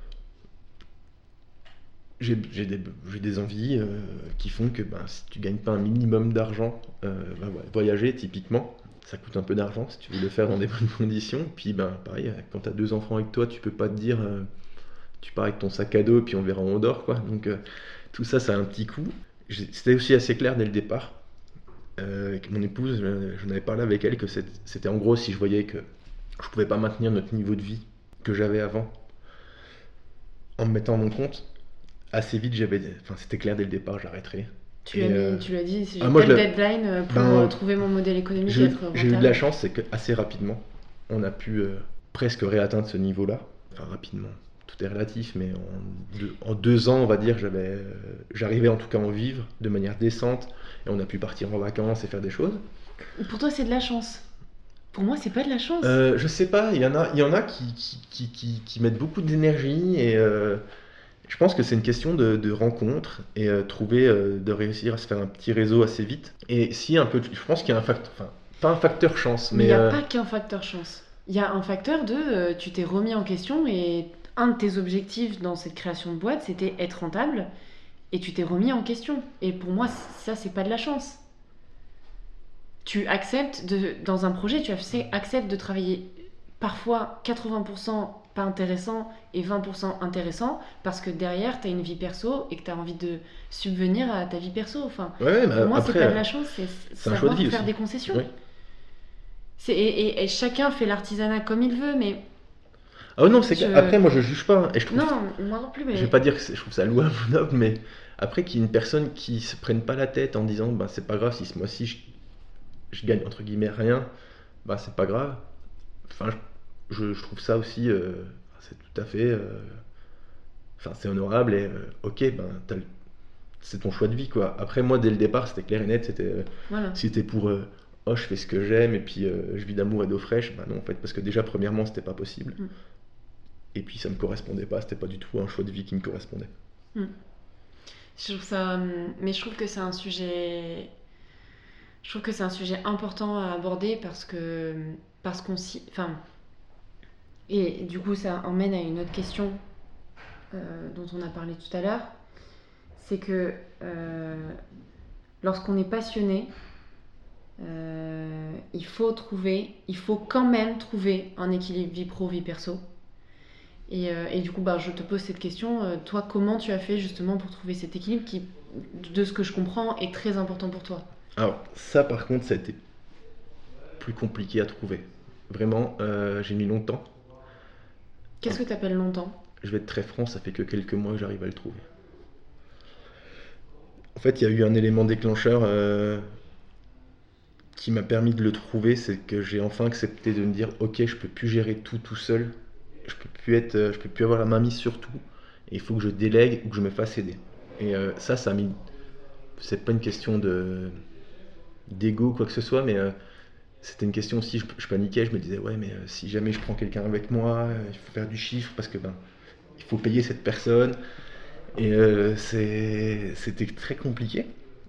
j'ai j'ai des, j'ai des envies euh, qui font que ben, si tu gagnes pas un minimum d'argent, euh, ben, ouais, voyager typiquement, ça coûte un peu d'argent si tu veux le faire dans des bonnes conditions. Puis ben pareil, quand tu as deux enfants avec toi, tu peux pas te dire euh, tu pars avec ton sac à dos et puis on verra où on dort quoi. Donc euh, tout ça, ça a un petit coût. J'ai- C'était aussi assez clair dès le départ. Euh, avec mon épouse, je- j'en avais parlé avec elle que c'est- c'était en gros si je voyais que je pouvais pas maintenir notre niveau de vie que j'avais avant en me mettant à mon compte, assez vite j'avais, enfin c'était clair dès le départ, j'arrêterais. Tu Et, l'as mis- euh, tu l'as dit, j'ai ah, moi, tel je l'ai- deadline euh, pour Ben, euh, trouver mon modèle économique J'ai et eu- être j'ai eu de rentable. la chance, c'est que assez rapidement, on a pu euh, presque réatteindre ce niveau-là. Enfin rapidement, tout est relatif, mais en deux, en deux ans, on va dire, j'avais, euh, j'arrivais en tout cas à en vivre de manière décente, et on a pu partir en vacances et faire des choses. Pour toi, c'est de la chance. Pour moi, c'est pas de la chance. Euh, je sais pas, il y en a, il y en a qui, qui, qui, qui- qui mettent beaucoup d'énergie et euh, je pense que c'est une question de, de rencontre et euh, trouver, euh, de réussir à se faire un petit réseau assez vite. Et si un peu, je pense qu'il y a un facteur, enfin, pas un facteur chance, Mais il mais n'y a euh, pas qu'un facteur chance. Il y a un facteur de euh, tu t'es remis en question et un de tes objectifs dans cette création de boîte, c'était être rentable, et tu t'es remis en question. Et pour moi, ça, c'est pas de la chance. Tu acceptes, de, dans un projet, tu acceptes de travailler parfois quatre-vingts pour cent pas intéressant et vingt pour cent intéressant, parce que derrière, tu as une vie perso et que tu as envie de subvenir à ta vie perso. Enfin, Ouais, mais pour moi, après, c'est pas de euh, la chance, c'est c'est un choix de savoir vie faire aussi. des concessions. Oui. C'est, et, et- et chacun fait l'artisanat comme il veut, mais Ah ouais, non, c'est Je- clair. Après, moi, je juge pas, hein, et je trouve, non, moi non plus, mais je vais pas dire que c'est- je trouve ça louable ou noble, mais après qu'il y ait une personne qui se prenne pas la tête en disant, bah, c'est pas grave si ce mois-ci je, je gagne entre guillemets rien, bah, c'est pas grave. Enfin, je, je- je trouve ça aussi, euh, c'est tout à fait, euh, enfin, c'est honorable et euh, ok, ben, t'as le- c'est ton choix de vie, quoi. Après, moi, dès le départ, c'était clair et net, c'était, euh, voilà. si c'était pour, euh, oh, je fais ce que j'aime et puis euh, je vis d'amour et d'eau fraîche, bah non, en fait, parce que déjà, premièrement, c'était pas possible. Mm. Et puis, ça me correspondait pas, c'était pas du tout un choix de vie qui me correspondait. Je trouve ça, hum, mais je trouve que c'est un sujet, je trouve que c'est un sujet important à aborder parce que, parce qu'on s'y, enfin, et du coup ça emmène à une autre question euh, dont on a parlé tout à l'heure, c'est que euh, lorsqu'on est passionné, euh, il faut trouver, il faut quand même trouver un équilibre vie pro vie perso. Et, euh, et du coup, bah, je te pose cette question. euh, toi, comment tu as fait justement pour trouver cet équilibre qui, de ce que je comprends, est très important pour toi? Alors, ça, par contre, ça a été plus compliqué à trouver. Vraiment, euh, j'ai mis longtemps. Qu'est-ce que tu appelles longtemps? Je vais être très franc, ça fait que quelques mois que j'arrive à le trouver. En fait, il y a eu un élément déclencheur euh, qui m'a permis de le trouver, c'est que j'ai enfin accepté de me dire, ok, je peux plus gérer tout tout seul, je peux plus être, euh, je peux plus avoir la main mise sur tout, et il faut que je délègue ou que je me fasse aider. Et euh, ça, ça a mis, c'est pas une question de d'ego ou quoi que ce soit, mais euh, c'était une question aussi, je, je paniquais, je me disais, ouais, mais euh, si jamais je prends quelqu'un avec moi, euh, il faut faire du chiffre parce que ben, il faut payer cette personne. Et euh, c'est- c'était très compliqué.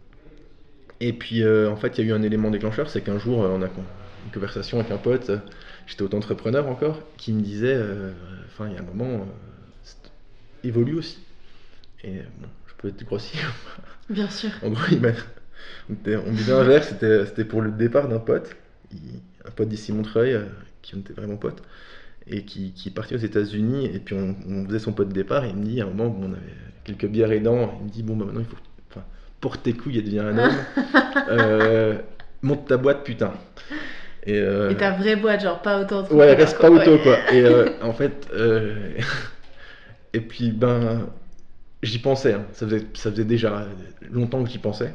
Et puis euh, en fait, il y a eu un élément déclencheur, c'est qu'un jour, euh, on a con- une conversation avec un pote, euh, j'étais auto-entrepreneur encore, qui me disait, euh, enfin, il y a un moment, euh, c'est- évolue aussi. Et euh, bon, je peux être grossier. Bien sûr. En gros, il m'a- on était- on buvait un verre, c'était c'était pour le départ d'un pote, il- un pote d'ici Montreuil, euh, qui on était vraiment potes, et qui, qui est parti aux États-Unis, et puis on, on faisait son pot de départ, et il me dit, à un moment, bon, on avait quelques bières et dents, il me dit, bon, bah maintenant, il faut, enfin, porte tes couilles et deviens un homme, euh, monte ta boîte, putain. Et, euh, Et ta vraie boîte, genre pas autant de ouais, reste pas auto, ouais. quoi. Et euh, en fait, euh, et puis, ben, j'y pensais, hein. Ça faisait, ça faisait déjà longtemps que j'y pensais.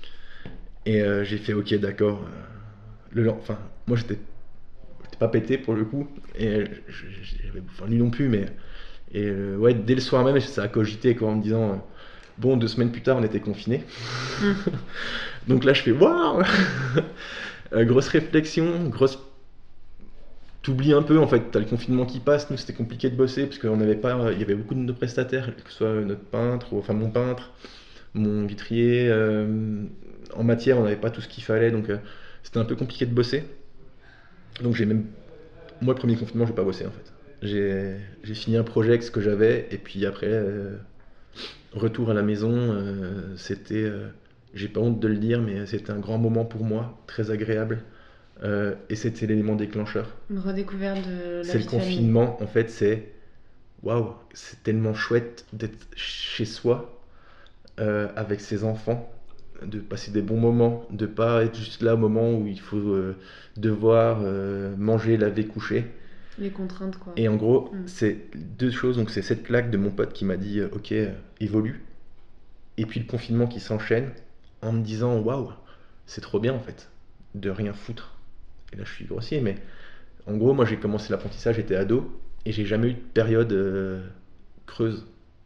Et euh, j'ai fait, ok, d'accord. euh, Le, lan- enfin, moi, j'étais j'étais pas pété pour le coup. Et je- je- j'avais, enfin, lui non plus, mais. Et euh, ouais, dès le soir même, ça a cogité, quoi, en me disant, euh, bon, deux semaines plus tard, on était confinés. Mm. Donc là, je fais, waouh. Euh, grosse réflexion, grosse. T'oublies un peu, en fait, t'as le confinement qui passe. Nous, c'était compliqué de bosser parce qu'on n'avait pas, il y avait beaucoup de nos prestataires, que ce soit notre peintre, ou, enfin mon peintre, mon vitrier. euh, en matière, on n'avait pas tout ce qu'il fallait, donc euh, c'était un peu compliqué de bosser. Donc j'ai même, moi, le premier confinement, j'ai pas bossé en fait. J'ai j'ai fini un projet avec ce que j'avais, et puis après, euh, retour à la maison, euh, c'était, euh, j'ai pas honte de le dire, mais c'était un grand moment pour moi, très agréable. Euh, et c'était l'élément déclencheur. Une redécouverte de la C'est le vie de famille. confinement, en fait, c'est waouh, c'est tellement chouette d'être chez soi euh, avec ses enfants, de passer des bons moments, de pas être juste là au moment où il faut euh, devoir euh, manger, laver, coucher. Les contraintes, quoi. Et en gros, Mm. c'est deux choses. Donc, c'est cette claque de mon pote qui m'a dit euh, ok, euh, évolue. Et puis le confinement qui s'enchaîne en me disant waouh, c'est trop bien en fait, de rien foutre. Et là, je suis grossier, mais en gros, moi j'ai commencé l'apprentissage, j'étais ado, et j'ai jamais eu de période euh, creuse.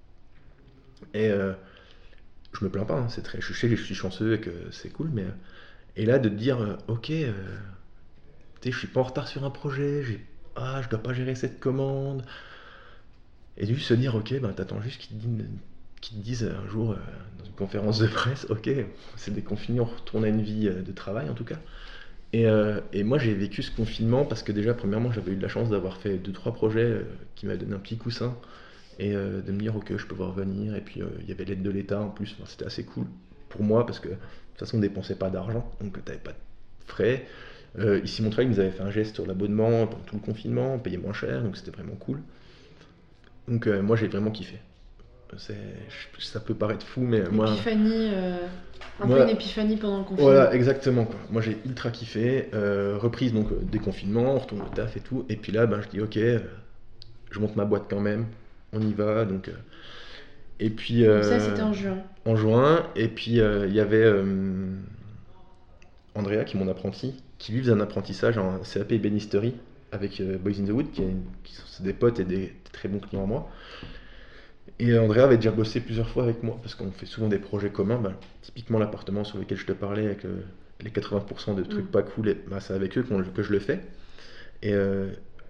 Et euh, je me plains pas, hein, c'est très, je sais que je suis chanceux et que c'est cool, mais. Et là, de te dire, euh, ok, euh, tu sais, je suis pas en retard sur un projet, j'ai, ah, je dois pas gérer cette commande. Et juste se dire, ok, ben t'attends juste qu'ils te disent, qu'ils te disent un jour, euh, dans une conférence de presse, ok, c'est déconfiné, on retourne à une vie euh, de travail en tout cas. Et, euh, et moi j'ai vécu ce confinement parce que déjà premièrement j'avais eu de la chance d'avoir fait deux trois projets euh, qui m'avaient donné un petit coussin et euh, de me dire ok je peux voir revenir et puis euh, il y avait l'aide de l'État en plus. Enfin, c'était assez cool pour moi parce que de toute façon on dépensait pas d'argent donc t'avais pas de frais. Euh, ici mon travail ils nous avaient fait un geste sur l'abonnement pendant tout le confinement, on payait moins cher donc c'était vraiment cool. Donc euh, moi j'ai vraiment kiffé. C'est, ça peut paraître fou mais moi... Épiphanie, euh, un moi, peu une épiphanie pendant le confinement. Voilà, exactement. Quoi. Moi j'ai ultra kiffé. Euh, reprise donc euh, déconfinement, on retourne au taf et tout. Et puis là, ben, je dis ok, euh, je monte ma boîte quand même, on y va. Donc, euh, et puis. Donc ça, euh, c'était en juin. En juin, et puis euh, il y avait euh, Andrea, qui est mon apprenti, qui lui faisait un apprentissage en C A P ébénisterie avec euh, Boys in the Wood, qui, est- qui sont des potes et des, des très bons clients à moi. Et Andrea avait déjà bossé plusieurs fois avec moi, parce qu'on fait souvent des projets communs. Bah, typiquement l'appartement sur lequel je te parlais, avec euh, les quatre-vingts pour cent de trucs Mm. pas cool, et, bah, c'est avec eux qu'on- que je le fais. Et euh,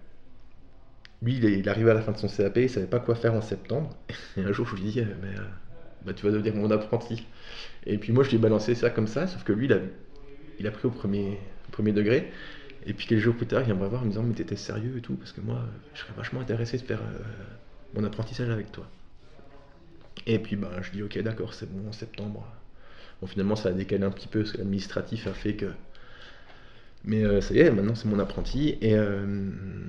lui, il, est- il arrivait à la fin de son C A P, il savait pas quoi faire en septembre. Et un jour, je lui dis, euh, mais, euh, bah, tu vas devenir mon apprenti. Et puis moi, je lui ai balancé ça comme ça, sauf que lui, il a, il a pris au premier, premier degré. Et puis quelques jours plus tard, il vient me voir en me disant, mais t'étais sérieux et tout, parce que moi, euh, je serais vachement intéressé de faire euh, mon apprentissage avec toi. Et puis ben, je dis ok d'accord c'est bon en septembre. Bon finalement ça a décalé un petit peu parce que l'administratif a fait que... Mais euh, ça y est, maintenant c'est mon apprenti. Et, euh,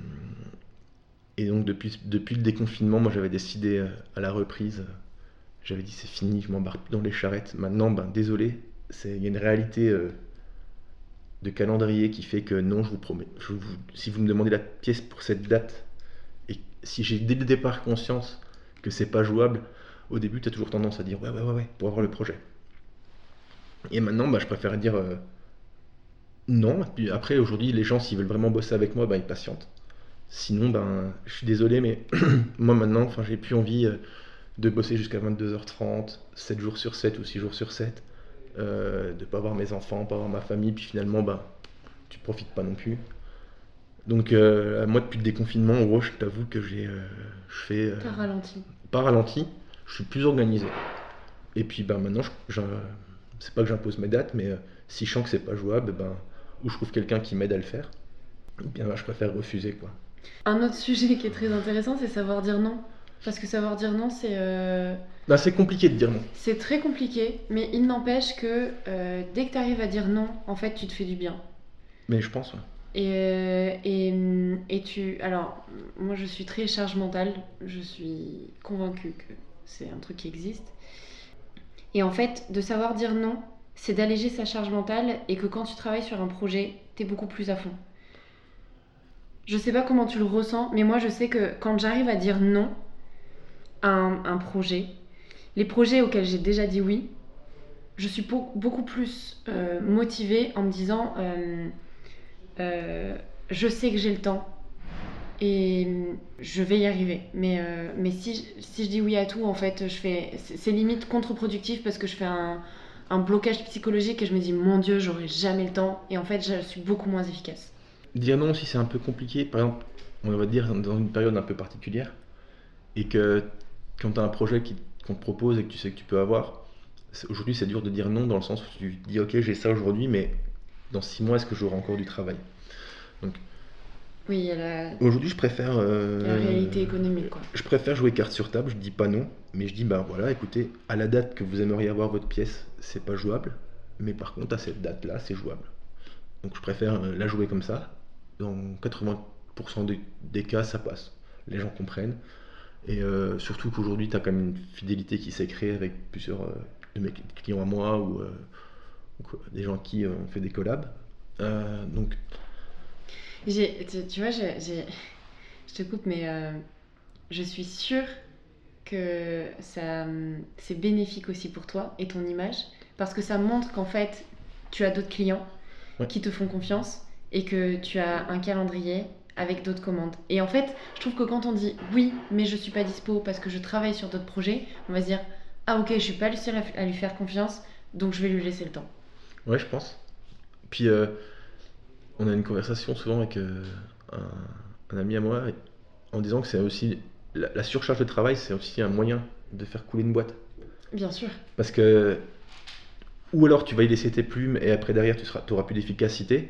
et donc depuis, depuis le déconfinement, moi j'avais décidé euh, à la reprise, euh, j'avais dit c'est fini, je m'embarque plus dans les charrettes. Maintenant, ben désolé, c'est- il y a une réalité euh, de calendrier qui fait que non, je vous promets. Je vous- si vous me demandez la pièce pour cette date, et si j'ai dès le départ conscience que c'est pas jouable, au début tu as toujours tendance à dire ouais ouais ouais ouais pour avoir le projet. Et maintenant bah, je préfère dire euh, non. Et puis après aujourd'hui les gens s'ils veulent vraiment bosser avec moi bah, ils patientent. Sinon ben je suis désolé mais moi maintenant enfin j'ai plus envie euh, de bosser jusqu'à vingt-deux heures trente, sept jours sur sept ou six jours sur sept, euh, de pas voir mes enfants, pas voir ma famille, puis finalement bah tu profites pas non plus. Donc euh, moi depuis le déconfinement en gros je t'avoue que j'ai euh, je fais euh, T'as ralenti. pas ralenti, je suis plus organisé. Et puis ben maintenant je, je- c'est pas que j'impose mes dates mais euh, si je sens que c'est pas jouable ben ou je trouve quelqu'un qui m'aide à le faire, ou bien ben, je préfère refuser quoi. Un autre sujet qui est très intéressant, c'est savoir dire non. Parce que savoir dire non, c'est euh, Ben, c'est compliqué de dire non. c'est très compliqué, mais il n'empêche que euh, dès que tu arrives à dire non, en fait, tu te fais du bien. Mais je pense ouais. Et, euh, et, hum, et tu... Alors, moi, je suis très charge mentale. Je suis convaincue que c'est un truc qui existe. Et en fait, de savoir dire non, c'est d'alléger sa charge mentale et que quand tu travailles sur un projet, t'es beaucoup plus à fond. Je sais pas comment tu le ressens, mais moi, je sais que quand j'arrive à dire non à un, un projet, les projets auxquels j'ai déjà dit oui, je suis beau- beaucoup plus euh, motivée en me disant euh, euh, je sais que j'ai le temps et hum, je vais y arriver. Mais, euh, mais si, je- si je dis oui à tout, en fait, je fais, c'est c'est limite contre-productif parce que je fais un, un blocage psychologique et je me dis mon Dieu, j'aurai jamais le temps. Et en fait, je suis beaucoup moins efficace. Dire non si c'est un peu compliqué, par exemple, on va dire dans une période un peu particulière, et que quand tu as un projet qui- qu'on te propose et que tu sais que tu peux avoir, c'est- aujourd'hui c'est dur de dire non dans le sens où tu te dis ok j'ai ça aujourd'hui mais dans six mois est-ce que j'aurai encore du travail. Donc Oui, il y a la, aujourd'hui je préfère euh, la réalité économique, quoi. je préfère jouer carte sur table, je dis pas non, mais je dis bah voilà écoutez à la date que vous aimeriez avoir votre pièce c'est pas jouable, mais par contre à cette date là c'est jouable. Donc je préfère euh, la jouer comme ça. Dans quatre-vingts pour cent des, des cas, ça passe. Les gens comprennent. Et euh, surtout qu'aujourd'hui, tu as quand même une fidélité qui s'est créée avec plusieurs euh, de mes clients à moi ou, euh, ou quoi, des gens qui euh, ont fait des collabs. Euh, donc, J'ai, tu, tu vois, j'ai, j'ai- je te coupe, mais euh, je suis sûre que ça, hum, c'est bénéfique aussi pour toi et ton image, parce que ça montre qu'en fait, tu as d'autres clients ouais. qui te font confiance et que tu as un calendrier avec d'autres commandes. Et en fait, je trouve que quand on dit oui, mais je suis pas dispo parce que je travaille sur d'autres projets, on va se dire ah ok, je suis pas le seul à, à lui faire confiance, donc je vais lui laisser le temps. Ouais, je pense. Puis, euh, on a une conversation souvent avec euh, un, un ami à moi en disant que c'est aussi la, la surcharge de travail, c'est aussi un moyen de faire couler une boîte. Bien sûr. Parce que ou alors tu vas y laisser tes plumes et après derrière tu seras, auras plus d'efficacité,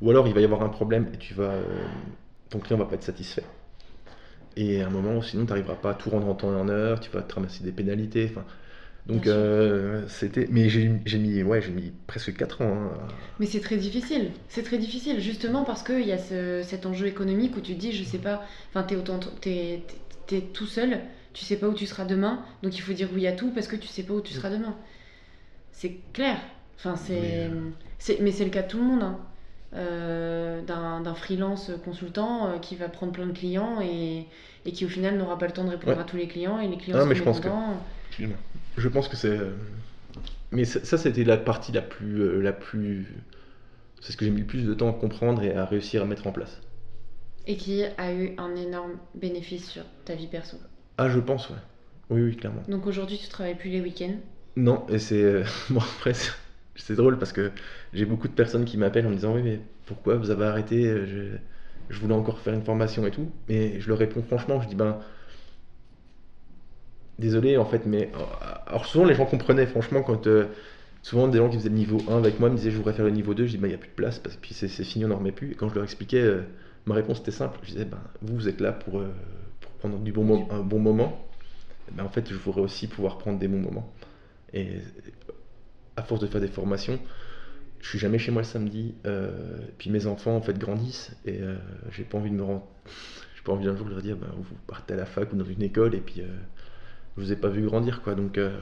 Ou alors il va y avoir un problème et tu vas, euh, ton client va pas être satisfait. Et à un moment, sinon tu n'arriveras pas à tout rendre en temps et en heure, tu vas te ramasser des pénalités. Enfin, donc euh, c'était, mais j'ai, j'ai mis, ouais, j'ai mis presque quatre ans. Hein. Mais c'est très difficile, c'est très difficile, justement parce qu'il y a ce, cet enjeu économique où tu te dis, je sais pas, enfin t'es, autant, t'es, t'es, t'es tout seul, tu sais pas où tu seras demain, donc il faut dire oui à tout parce que tu sais pas où tu seras demain. C'est clair, enfin c'est, mais, euh... c'est, mais c'est le cas de tout le monde. Hein. Euh, d'un, d'un freelance consultant euh, qui va prendre plein de clients et, et qui au final n'aura pas le temps de répondre ouais. à tous les clients et les clients ah, seront mais je pense mécontents. Que... Je pense que c'est... Mais ça, ça c'était la partie la plus, euh, la plus... C'est ce que j'ai mis le plus de temps à comprendre et à réussir à mettre en place. Et qui a eu un énorme bénéfice sur ta vie perso. Ah, je pense, ouais. Oui, oui, clairement. Donc aujourd'hui, tu travailles plus les week-ends? Non, et c'est... Euh, bon, après, c'est... c'est drôle parce que j'ai beaucoup de personnes qui m'appellent en me disant « Oui, mais pourquoi vous avez arrêté je... je voulais encore faire une formation et tout. » Mais je leur réponds franchement, je dis « Ben... Désolé, en fait, mais... » Alors souvent, les gens comprenaient, franchement, quand... Euh... Souvent, des gens qui faisaient le niveau un avec moi me disaient « Je voudrais faire le niveau deux. » Je dis « Ben, il n'y a plus de place, parce que puis c'est, c'est fini, on n'en remet plus. » Et quand je leur expliquais, euh, ma réponse était simple. Je disais « Ben, vous, vous êtes là pour, euh, pour prendre du bon mo- un bon moment. Ben, en fait, je voudrais aussi pouvoir prendre des bons moments. » Et à force de faire des formations, je suis jamais chez moi le samedi. Euh, puis mes enfants en fait grandissent et euh, j'ai pas envie de me rendre, j'ai pas envie d'un jour de leur dire bah, vous partez à la fac ou dans une école et puis euh, je vous ai pas vu grandir quoi. Donc euh,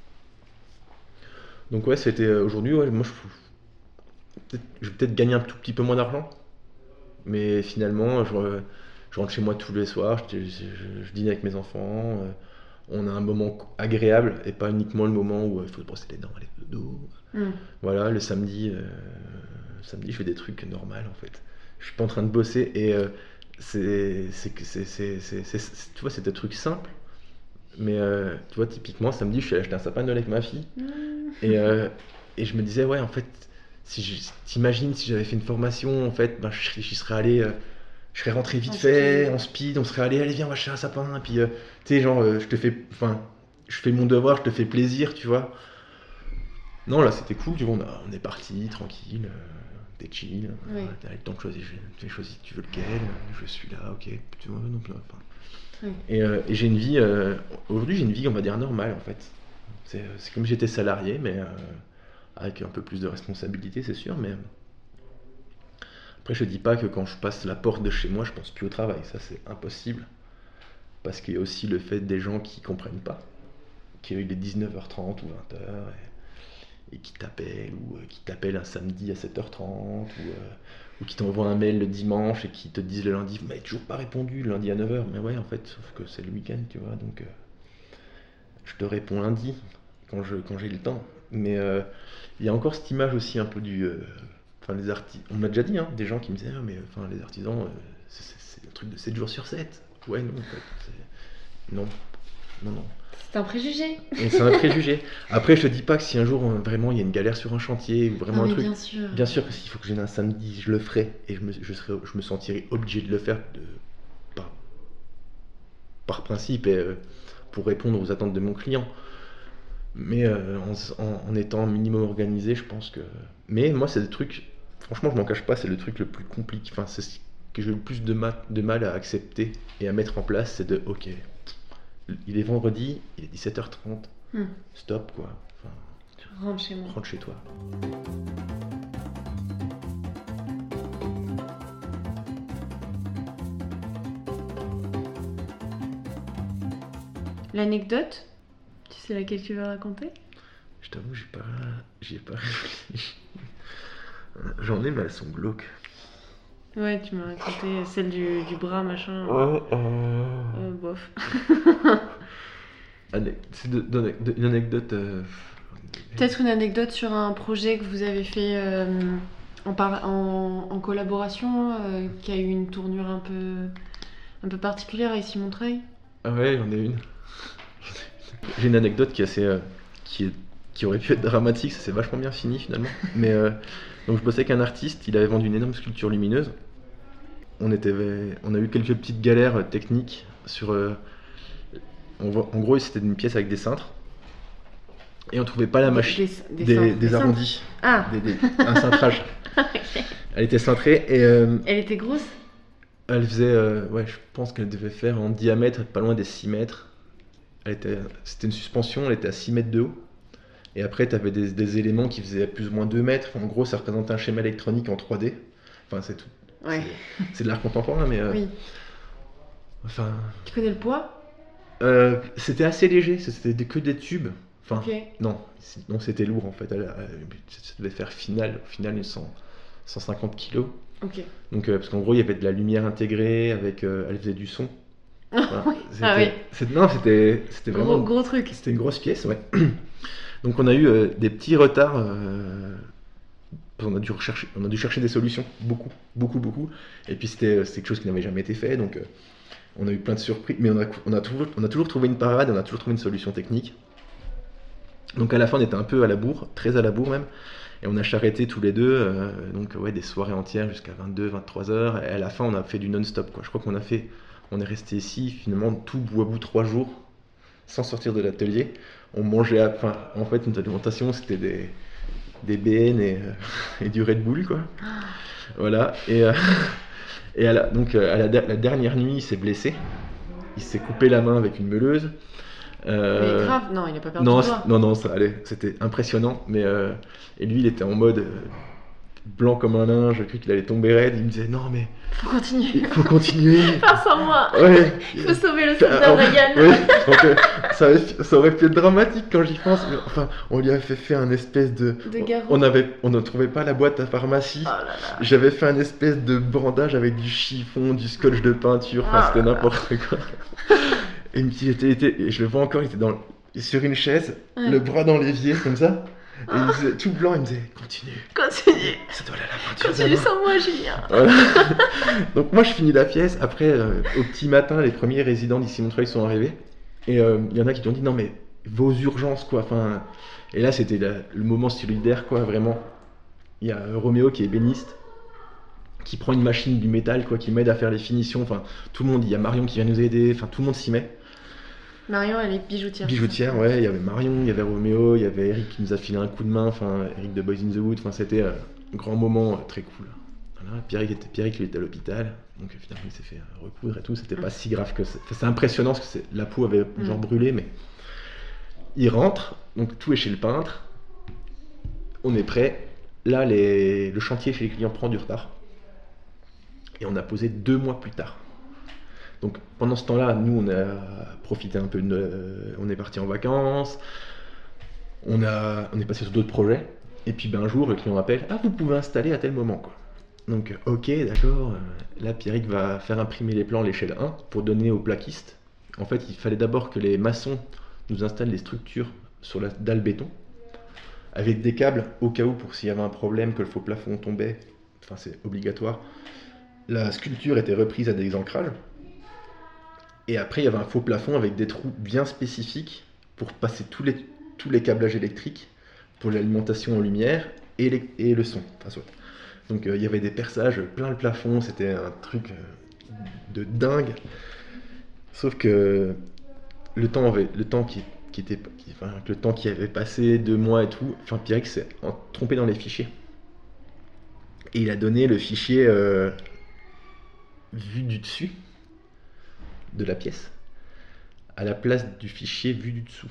donc ouais c'était euh, aujourd'hui ouais, moi je, peut-être, je vais peut-être gagner un tout petit peu moins d'argent, mais finalement je, je rentre chez moi tous les soirs, je, je, je, je dîne avec mes enfants. Euh, on a un moment agréable et pas uniquement le moment où il faut se brosser les dents, aller de dos. Mm. Voilà, le samedi, euh, samedi, je fais des trucs normaux en fait. Je suis pas en train de bosser et euh, c'est, c'est, c'est, c'est, c'est, c'est, c'est, tu vois, c'est des trucs simples. Mais euh, tu vois, typiquement, samedi, je suis allé acheter un sapin de Noël avec ma fille. Mm. Et, euh, et je me disais, ouais, en fait, si je, t'imagines si j'avais fait une formation, en fait, ben, j'y serais allé. Euh, je serais rentré vite en fait, speed. en speed, on serait allé, allez viens on va acheter un sapin, et puis euh, tu sais genre euh, je te fais, enfin je fais mon devoir, je te fais plaisir, tu vois. Non là c'était cool, tu vois, on, a, on est parti tranquille, euh, t'es chill, oui. euh, t'as le temps de choisir, tu choisis tu veux lequel, je suis là, ok, tu vois, non plus. Enfin. Oui. Et, euh, et j'ai une vie, euh, aujourd'hui j'ai une vie on va dire normale en fait. C'est, c'est comme si j'étais salarié, mais euh, avec un peu plus de responsabilité c'est sûr, mais... Après, je dis pas que quand je passe la porte de chez moi, je pense plus au travail. Ça, c'est impossible. Parce qu'il y a aussi le fait des gens qui comprennent pas. Qu'il est dix-neuf heures trente ou vingt heures et, et qui t'appellent ou euh, qui t'appellent un samedi à sept heures trente ou, euh, ou qui t'envoient un mail le dimanche et qui te disent le lundi, vous m'avez toujours pas répondu, le lundi à neuf heures. Mais ouais, en fait, sauf que c'est le week-end, tu vois. Donc, euh, je te réponds lundi quand, je, quand j'ai le temps. Mais euh, il y a encore cette image aussi un peu du... Euh, Enfin, les artisans, on m'a déjà dit, hein, des gens qui me disaient, ah, mais enfin, les artisans, euh, c'est, c'est, c'est un truc de sept jours sur sept. Ouais, non, en fait, c'est... non, non, non. C'est un préjugé. Et c'est un préjugé. Après, je te dis pas que si un jour, euh, vraiment, il y a une galère sur un chantier, ou vraiment ah, un truc, bien sûr, bien sûr que s'il faut que je vienne un samedi, je le ferai, et je me, je serai, je me sentirai obligé de le faire de, par, par principe, et euh, pour répondre aux attentes de mon client. Mais euh, en, en, en étant un minimum organisé, je pense que... Mais moi, c'est des trucs... Franchement, je m'en cache pas, c'est le truc le plus compliqué. Enfin, c'est ce que j'ai le plus de, ma- de mal à accepter et à mettre en place, c'est de... Ok, il est vendredi, il est dix-sept heures trente. Hmm. Stop, quoi. Enfin, rentre chez moi. Rentre chez toi. L'anecdote, tu sais laquelle tu veux raconter? Je t'avoue, j'ai pas, j'y ai pas réfléchi. J'en ai, mais elles sont glauques. Ouais, tu m'as raconté celle du, du bras, machin. Ouais, euh... euh bof. C'est de, de, de, une anecdote... Euh... Peut-être une anecdote sur un projet que vous avez fait euh, en, par, en, en collaboration, euh, qui a eu une tournure un peu, un peu particulière ici Montreuil. Ah ouais, j'en ai une. J'ai une anecdote qui est assez... Euh, qui, est, qui aurait pu être dramatique, ça s'est vachement bien fini finalement. Mais... Euh, Donc je bossais avec un artiste, il avait vendu une énorme sculpture lumineuse. On, était, on a eu quelques petites galères techniques sur... Euh, on voit, en gros, c'était une pièce avec des cintres. Et on trouvait pas la machine... Des, des, des, des, des des arrondis. Ah des, des, Un cintrage. Okay. Elle était cintrée et euh, Elle était grosse? elle faisait, euh, ouais, je pense qu'elle devait faire en diamètre pas loin des six mètres. Elle était, c'était une suspension, elle était à six mètres de haut. Et après, tu avais des, des éléments qui faisaient plus ou moins deux mètres. Enfin, en gros, ça représentait un schéma électronique en trois D. Enfin, c'est tout. Ouais. C'est, c'est de l'art contemporain, mais. Euh, Oui. Enfin. Tu connais le poids? Euh, c'était assez léger, c'était des- que des tubes. Enfin, Ok. non, c'est- non, c'était lourd en fait. Elle, elle- ça devait faire final, au final, cent, cent cinquante kilos. Ok. Donc, euh, parce qu'en gros, il y avait de la lumière intégrée, avec, euh, elle faisait du son. Voilà. C'était, Ah oui. c'est- non, c'était, c'était vraiment. Gros, gros truc. C'était une grosse pièce, ouais. Donc, on a eu euh, des petits retards. euh, on a dû rechercher, on a dû chercher des solutions, beaucoup, beaucoup, beaucoup. Et puis, c'était, c'était quelque chose qui n'avait jamais été fait, donc. euh, On a eu plein de surprises, mais on a, on, a toujours, on a toujours trouvé une parade, on a toujours trouvé une solution technique. Donc à la fin, on était un peu à la bourre, très à la bourre même, et on a charretté tous les deux, euh, donc ouais, des soirées entières jusqu'à vingt-deux, vingt-trois heures, et à la fin, on a fait du non-stop, quoi. Je crois qu'on a fait, on est resté ici, finalement, tout bout à bout trois jours, sans sortir de l'atelier. On mangeait, à, enfin, en fait, notre alimentation, c'était des, des B N et, euh, et du Red Bull, quoi. Voilà, et... Euh, Et à la, donc à la, la dernière nuit, il s'est blessé. Il s'est coupé la main avec une meuleuse. Euh, Mais grave, non, il a pas perdu non, le doigt. non, non, ça allait. C'était impressionnant. Mais euh, et lui, il était en mode euh, blanc comme un linge. J'ai cru qu'il allait tomber raide. Il me disait non, mais Faut continuer. il faut continuer. Faire sans moi. Ouais. Il faut sauver le soldat Ah, Ryan. ouais, donc, euh, ça, aurait, ça aurait pu être dramatique quand j'y pense. Mais, enfin, on lui a fait faire un espèce de. De garrot. On avait, on ne trouvait pas la boîte à pharmacie. Oh là là. J'avais fait un espèce de bandage avec du chiffon, du scotch de peinture, enfin Ah c'était là n'importe quoi. Et il me dit, il était, il était- et je le vois encore, il était dans, sur une chaise, Ouais. le bras dans l'évier, comme ça. Et il disait, tout blanc, il me disait, continue, Continue. ça doit aller à la peinture. Continue d'abord. sans moi, Julien. Voilà. Donc moi je finis la pièce, après euh, au petit matin, les premiers résidents d'ici Montreuil sont arrivés. Et euh, il y en a qui t'ont dit, non mais vos urgences quoi. Enfin, et là c'était la- le moment solidaire quoi, vraiment. Il y a euh, Roméo qui est ébéniste, qui prend une machine du métal quoi, qui m'aide à faire les finitions. Enfin, tout le monde, il y a Marion qui vient nous aider, enfin tout le monde s'y met. Marion, elle est bijoutière. Bijoutière, ouais, il y avait Marion, il y avait Roméo, il y avait Eric qui nous a filé un coup de main, enfin Eric de Boys in the Wood, enfin c'était euh, un grand moment euh, très cool. Voilà, Pierrick était, Pierrick lui était à l'hôpital, donc euh, finalement il s'est fait euh, recoudre et tout, c'était pas si grave que ça. Enfin, c'est impressionnant parce que c'est- la peau avait genre Mm. brûlé, mais il rentre, donc tout est chez le peintre, on est prêt. Là, les- le chantier chez les clients prend du retard. Et on a posé deux mois plus tard. Donc pendant ce temps-là, nous, on a profité un peu de... euh, on est parti en vacances, on, a, on est passé sur d'autres projets. Et puis ben, un jour, le client appelle, ah, vous pouvez installer à tel moment, quoi. Donc, euh, ok, d'accord. euh, Là, Pierrick va faire imprimer les plans à l'échelle un pour donner aux plaquistes. En fait, il fallait d'abord que les maçons nous installent les structures sur la dalle béton, avec des câbles au cas où pour s'il y avait un problème, que le faux plafond tombait. Enfin, c'est obligatoire. La sculpture était reprise à des ancrages. Et après, il y avait un faux plafond avec des trous bien spécifiques pour passer tous les, tous les câblages électriques pour l'alimentation en lumière et, les- et le son. Enfin, soit. Donc, euh, il y avait des perçages plein le plafond. C'était un truc euh, de dingue. Sauf que le temps, avait, le temps qui, qui était, qui- enfin, le temps qui avait passé, deux mois et tout, enfin, Pierrick s'est en- trompé dans les fichiers. Et il a donné le fichier euh, vu du dessus de la pièce à la place du fichier vu du dessous.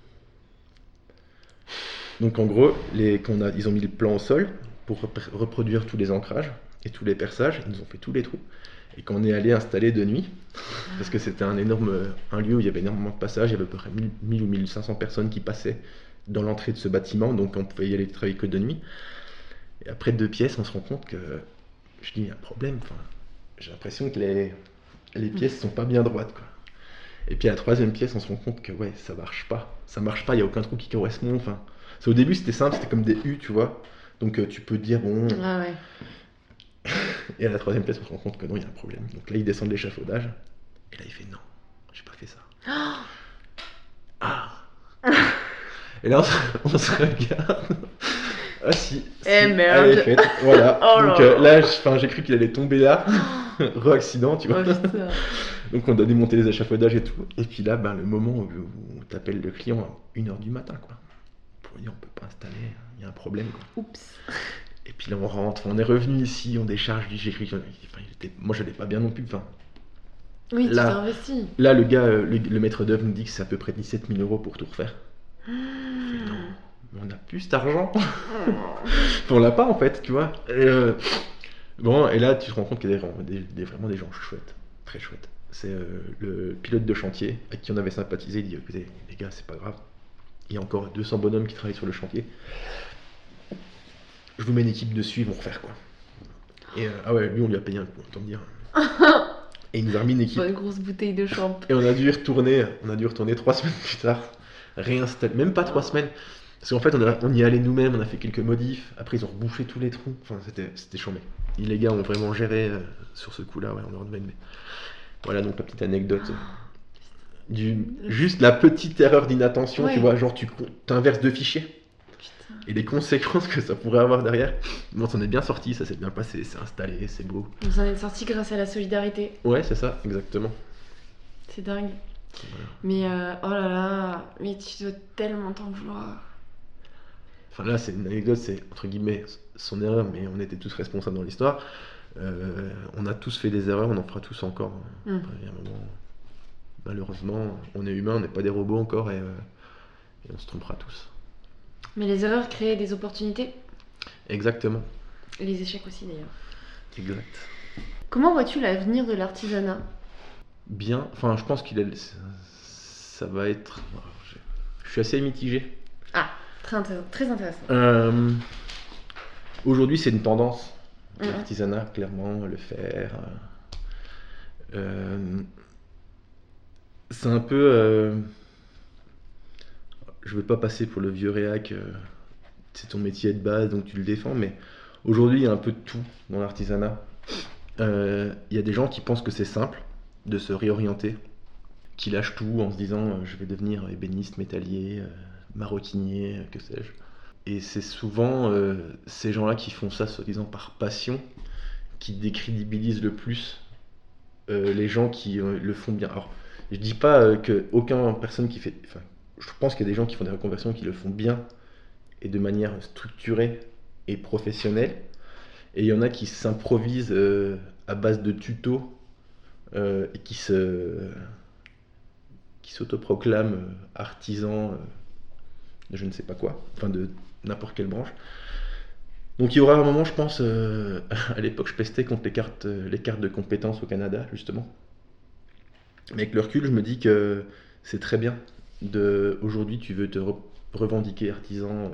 Donc en gros, les, qu'on a, ils ont mis le plan au sol pour repr- reproduire tous les ancrages et tous les perçages. Ils nous ont fait tous les trous. Et quand on est allé installer de nuit, parce que c'était un énorme, un lieu où il y avait énormément de passages, il y avait à peu près mille, mille ou mille cinq cents personnes qui passaient dans l'entrée de ce bâtiment, donc on pouvait y aller travailler que de nuit. Et après deux pièces, on se rend compte que, je dis, il y a un problème. Enfin, j'ai l'impression que les, les pièces sont pas bien droites, quoi. Et puis à la troisième pièce, on se rend compte que ouais, ça marche pas. Ça marche pas, il y a aucun trou qui correspond. Enfin, c'est- au début, c'était simple, c'était comme des U, tu vois. Donc euh, tu peux dire bon. Ah ouais. Et à la troisième pièce, on se rend compte que non, il y a un problème. Donc là, il descend de l'échafaudage. Et là, il fait non, j'ai pas fait ça. Ah. Et là, on se, on se regarde. Ah si. Eh, si, merde. elle est faite. Voilà. Oh Donc là euh, là. là, j'- 'fin, j'ai cru qu'il allait tomber là. Re-accident, tu vois. Oh, putain. Donc on doit démonter les échafaudages et tout. Et puis là, ben, le moment où, où t'appelles le client à une heure du matin, quoi. Pour lui dire on peut pas installer, il y a un problème, quoi. Oups. Et puis là, on rentre, on est revenu ici, on décharge, j'ai écrit, enfin, il était- moi je l'ai pas bien non plus. Enfin, Oui, tu t'es là, investi. là, le gars, euh, le, le maître d'œuvre nous dit que c'est à peu près dix-sept mille euros pour tout refaire. Je fais, non, mais on n'a plus cet argent. On l'a pas en fait, tu vois. Et, euh, bon, et là, tu te rends compte qu'il y a des, des- des- vraiment des gens chouettes, très chouettes. C'est euh, le pilote de chantier à qui on avait sympathisé. Il dit écoutez, les gars, c'est pas grave. Il y a encore deux cents bonhommes qui travaillent sur le chantier. Je vous mets une équipe dessus, ils vont refaire quoi. Et euh, ah ouais, lui, on lui a payé un coup, autant dire. Et il nous a remis une équipe. Bonne grosse bouteille de champ. Et on a dû y retourner, on a dû y retourner trois semaines plus tard. Réinstaller, même pas trois semaines. Parce qu'en fait, on, a- on y est allé nous-mêmes, on a fait quelques modifs. Après, ils ont rebouché tous les trous. Enfin, c'était, c'était chambé. Et les gars ont vraiment géré euh, sur ce coup-là. Ouais, on leur demande. Mais... Voilà donc la petite anecdote. Du... Juste la petite erreur d'inattention, Ouais. tu vois. Genre, tu inverses deux fichiers. Putain. Et les conséquences que ça pourrait avoir derrière. Bon, ça en est bien sorti, ça s'est bien passé, c'est installé, c'est beau. Vous en êtes sorti grâce à la solidarité. Ouais, c'est ça, exactement. C'est dingue. Voilà. Mais euh, oh là là, mais tu dois tellement t'en vouloir. Enfin là, c'est une anecdote, c'est entre guillemets son erreur, mais on était tous responsables dans l'histoire. Euh, on a tous fait des erreurs, on en fera tous encore. Mm. Enfin, il y a un moment, malheureusement, on est humain, on n'est pas des robots encore et, euh, et on se trompera tous. Mais les erreurs créent des opportunités. Exactement. Et les échecs aussi d'ailleurs. Exact. Comment vois-tu l'avenir de l'artisanat? Bien, enfin, je pense qu'il est, ça, ça va être. Je, je suis assez mitigé. Ah, très, intér- très intéressant. Euh, Aujourd'hui, c'est une tendance. Mhm. L'artisanat, clairement, le fer. euh, euh, c'est un peu. euh, je veux pas passer pour le vieux réac. euh, c'est ton métier de base, donc tu le défends. Mais aujourd'hui, il y a un peu de tout dans l'artisanat. Euh, Il y a des gens qui pensent que c'est simple de se réorienter, qui lâchent tout en se disant euh, je vais devenir ébéniste, métallier, euh, maroquinier, euh, que sais-je. Et c'est souvent euh, ces gens-là qui font ça, soi-disant par passion, qui décrédibilisent le plus euh, les gens qui euh, le font bien. Alors, je dis pas euh, que aucune personne qui fait. Enfin, je pense qu'il y a des gens qui font des reconversions qui le font bien et de manière structurée et professionnelle. Et il y en a qui s'improvisent euh, à base de tutos euh, et qui se qui s'autoproclament euh, artisans euh, de je ne sais pas quoi, enfin de n'importe quelle branche. Donc il y aura un moment, je pense, euh, à l'époque, je pestais contre les cartes, euh, les cartes de compétences au Canada, justement. Mais avec le recul, je me dis que c'est très bien. De, aujourd'hui, tu veux te re- revendiquer artisan, euh,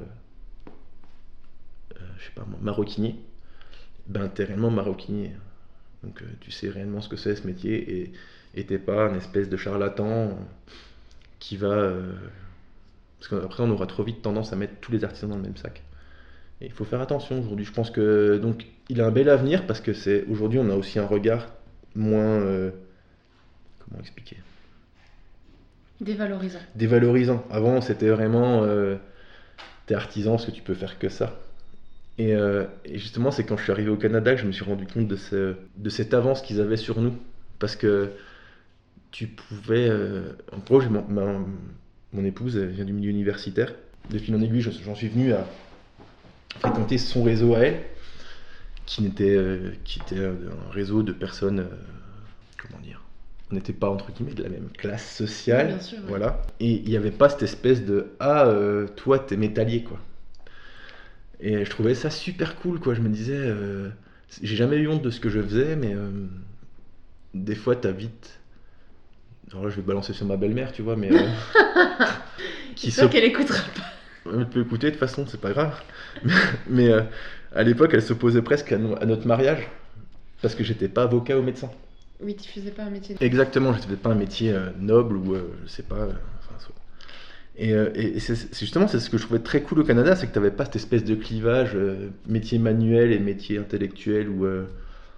euh, je sais pas moi, maroquinier. Ben, t'es réellement maroquinier. Donc euh, tu sais réellement ce que c'est ce métier et et t'es pas un espèce de charlatan qui va. euh, Parce qu'après, on aura trop vite tendance à mettre tous les artisans dans le même sac. Et il faut faire attention aujourd'hui. Je pense que donc il a un bel avenir parce que c'est aujourd'hui on a aussi un regard moins euh, comment expliquer Dévalorisant. dévalorisant. Avant c'était vraiment euh, t'es artisan parce que tu peux faire que ça. Et, euh, et justement c'est quand je suis arrivé au Canada que je me suis rendu compte de, ce, de cette avance qu'ils avaient sur nous parce que tu pouvais euh, en gros j'ai mon, ma- mon épouse elle vient du milieu universitaire. De fil en aiguille je- j'en suis venu à fréquenter son réseau à elle, qui n'était euh, qui était euh, un réseau de personnes, euh, comment dire, on n'était pas entre guillemets de la même classe sociale, Oui, bien sûr, ouais. voilà. Et il n'y avait pas cette espèce de ah euh, toi t'es métallier quoi. Et je trouvais ça super cool quoi. Je me disais, euh, j'ai jamais eu honte de ce que je faisais, mais euh, des fois t'as vite. Alors là je vais balancer sur ma belle-mère, tu vois, mais euh, qui J'espère se qu'elle écoutera pas. Elle peut écouter de toute façon, c'est pas grave. Mais euh, à l'époque, elle s'opposait presque à, no- à notre mariage parce que j'étais pas avocat ou médecin. Oui, tu faisais pas un métier de... Exactement, je faisais pas un métier euh, noble ou euh, je sais pas. euh, enfin, so- et euh, et- et c'est c'est justement c'est ce que je trouvais très cool au Canada, c'est que t'avais pas cette espèce de clivage euh, métier manuel et métier intellectuel ou. euh,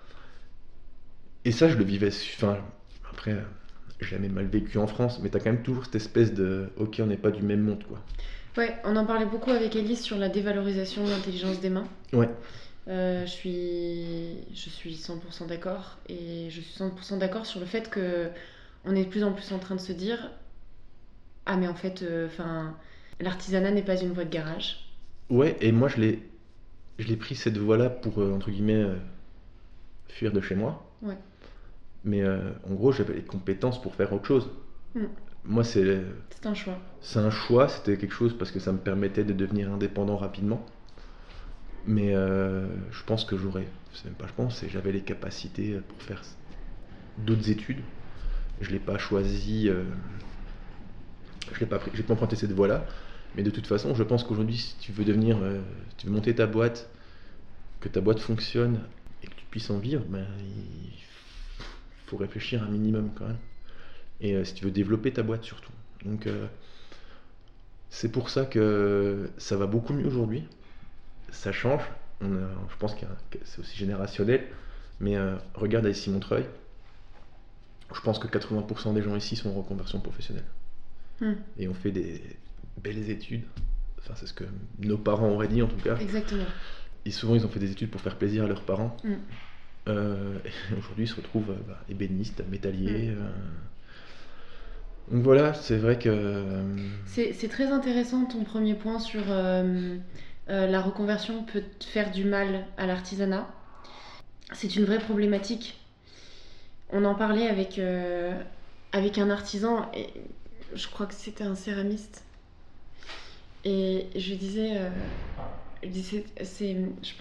Et ça, je le vivais. su- Enfin, après, euh, j'ai jamais mal vécu en France, mais t'as quand même toujours cette espèce de ok, on n'est pas du même monde quoi. Ouais, on en parlait beaucoup avec Elise sur la dévalorisation de l'intelligence des mains. Ouais. Euh, je suis, je suis cent pour cent d'accord et je suis cent pour cent d'accord sur le fait que on est de plus en plus en train de se dire ah mais en fait, enfin, l'artisanat n'est pas une voie de garage. Ouais, et moi je l'ai je l'ai pris cette voie-là pour, euh, entre guillemets, euh, fuir de chez moi. Ouais. Mais euh, en gros, j'avais les compétences pour faire autre chose. Mm. Moi, c'est, C'est un choix. c'est un choix, c'était quelque chose parce que ça me permettait de devenir indépendant rapidement. Mais euh, je pense que j'aurais, c'est même pas je pense, c'est j'avais les capacités pour faire d'autres études. Je l'ai pas choisi, euh, je l'ai pas pris, j'ai pas emprunté cette voie-là. Mais de toute façon, je pense qu'aujourd'hui, si tu veux devenir, euh, tu veux monter ta boîte, que ta boîte fonctionne et que tu puisses en vivre, ben, il faut réfléchir un minimum quand même. Et euh, si tu veux développer ta boîte surtout. Donc euh, c'est pour ça que ça va beaucoup mieux aujourd'hui. Ça change. On a, je pense que c'est aussi générationnel. Mais euh, regarde à ici Montreuil. Je pense que quatre-vingts pour cent des gens ici sont en reconversion professionnelle. Mm. Et on fait des belles études. Enfin, c'est ce que nos parents auraient dit en tout cas. Exactement. Et souvent, ils ont fait des études pour faire plaisir à leurs parents. Mm. Euh, et aujourd'hui, ils se retrouvent euh, bah, ébénistes, métalliers. Mm. Euh... Donc voilà, c'est vrai que. euh, C'est, c'est très intéressant ton premier point sur euh, euh, la reconversion peut faire du mal à l'artisanat. C'est une vraie problématique. On en parlait avec, euh, avec un artisan, et je crois que c'était un céramiste. Et je lui disais, euh, je, disais c'est, je,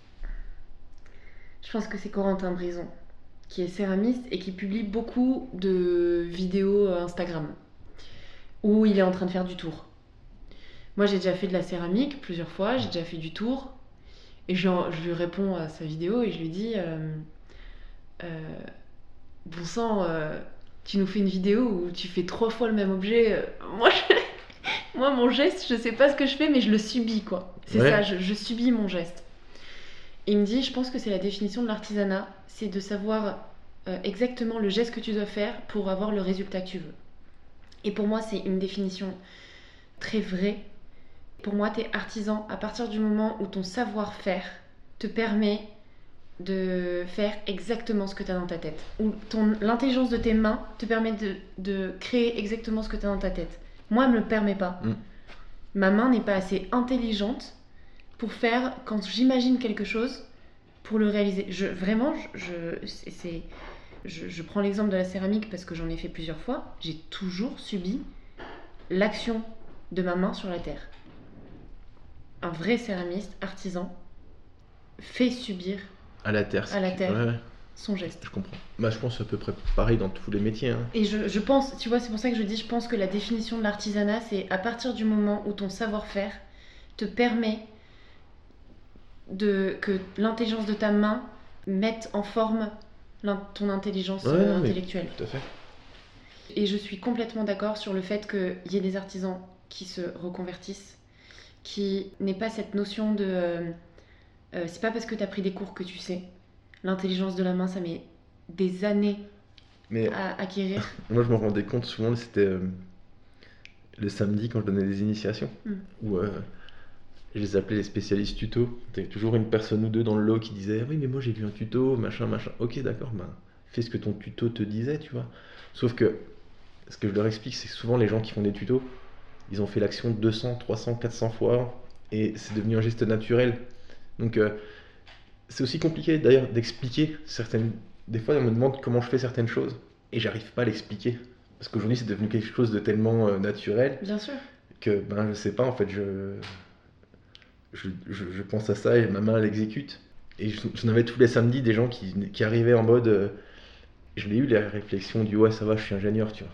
je pense que c'est Corentin Brison, qui est céramiste et qui publie beaucoup de vidéos Instagram où il est en train de faire du tour. Moi, j'ai déjà fait de la céramique plusieurs fois, j'ai déjà fait du tour. Et je, je lui réponds à sa vidéo et je lui dis euh, euh, bon sang, euh, tu nous fais une vidéo où tu fais trois fois le même objet. Euh, moi, je, moi, mon geste, je sais pas ce que je fais, mais je le subis, quoi. C'est Ouais. ça, je, je subis mon geste. Et il me dit, je pense que c'est la définition de l'artisanat, c'est de savoir euh, exactement le geste que tu dois faire pour avoir le résultat que tu veux. Et pour moi, c'est une définition très vraie. Pour moi, tu es artisan à partir du moment où ton savoir-faire te permet de faire exactement ce que tu as dans ta tête. Où ton, l'intelligence de tes mains te permet de, de créer exactement ce que tu as dans ta tête. Moi, elle ne me le permet pas. Mm. Ma main n'est pas assez intelligente pour faire, quand j'imagine quelque chose, pour le réaliser. Je, vraiment, je, je, c'est, c'est, je, je prends l'exemple de la céramique parce que j'en ai fait plusieurs fois. J'ai toujours subi l'action de ma main sur la terre. Un vrai céramiste, artisan, fait subir À la terre. à la terre Ouais, ouais, son geste. je comprends. Bah, je pense que c'est à peu près pareil dans tous les métiers. Hein. Et je, je pense, tu vois, c'est pour ça que je dis, je pense que la définition de l'artisanat, c'est à partir du moment où ton savoir-faire te permet de, que l'intelligence de ta main mette en forme ton intelligence Ouais, euh, mais intellectuelle. tout à fait. Et je suis complètement d'accord sur le fait qu'il y ait des artisans qui se reconvertissent, qui n'aient pas cette notion de... Euh, euh, c'est pas parce que tu as pris des cours que tu sais. L'intelligence de la main, ça met des années Mais à acquérir. moi, je me rendais compte souvent, c'était euh, le samedi quand je donnais des initiations, Mm. où euh, je les appelais les spécialistes tuto. T'avais toujours une personne ou deux dans le lot qui disait oui, mais moi j'ai vu un tuto, machin, machin. Ok, d'accord, ben fais ce que ton tuto te disait, tu vois. Sauf que ce que je leur explique, c'est que souvent les gens qui font des tutos, ils ont fait l'action deux cents, trois cents, quatre cents fois et c'est devenu un geste naturel. Donc euh, c'est aussi compliqué d'ailleurs d'expliquer certaines. Des fois, on me demande comment je fais certaines choses et j'arrive pas à l'expliquer parce qu'aujourd'hui c'est devenu quelque chose de tellement euh, naturel Bien sûr. que ben je sais pas en fait je je, je, je pense à ça et ma main elle exécute et je- j'en avais tous les samedis des gens qui, qui arrivaient en mode euh, je l'ai eu les réflexions du ouais ça va je suis ingénieur tu vois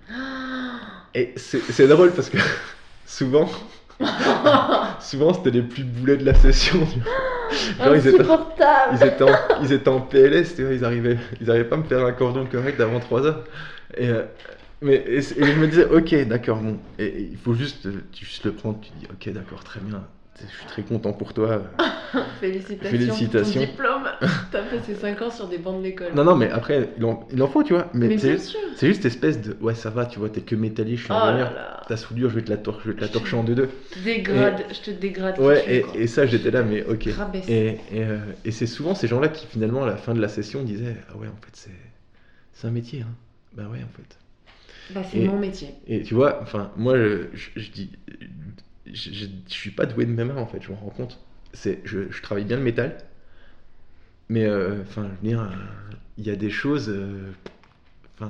et c'est c'est drôle parce que souvent souvent c'était les plus boulets de la session tu vois. Genre, ils étaient, Insupportable. ils étaient en, ils étaient en P L S, tu vois, ils arrivaient, ils arrivaient pas à me faire un cordon correct avant trois heures. Et, euh, mais, et, c'est- et je me disais, ok, d'accord, bon, et, et il faut juste, euh, tu juste le prendre, tu dis, ok, d'accord, très bien, je suis très content pour toi. Félicitations, Félicitations. pour ton diplôme. T'as passé cinq ans sur des bancs de l'école. Non, non, mais après, il en, il en faut, tu vois, mais, Mais c'est bien juste, sûr. c'est juste cette espèce de, ouais, ça va, tu vois, t'es que métallier, je suis Oh là ingénieur, là. ta soudure, je vais te la, tor- je vais te la torcher en deux-deux. Dégrade, je te dégrade. Ouais, qui tu es, et, quoi. et ça, j'étais là, mais ok. Rabaisse. Et, et, euh, et c'est souvent ces gens-là qui, finalement, à la fin de la session, disaient, ah ouais, en fait, c'est, c'est un métier, hein. Bah ouais, en fait. Bah, c'est Et- mon métier. Et tu vois, enfin, moi, je, je, je dis, je, je, je suis pas doué de mes mains, en fait, je m'en rends compte. c'est, je, je travaille bien le métal, mais euh, enfin, je veux dire, il y a des choses. euh, Enfin,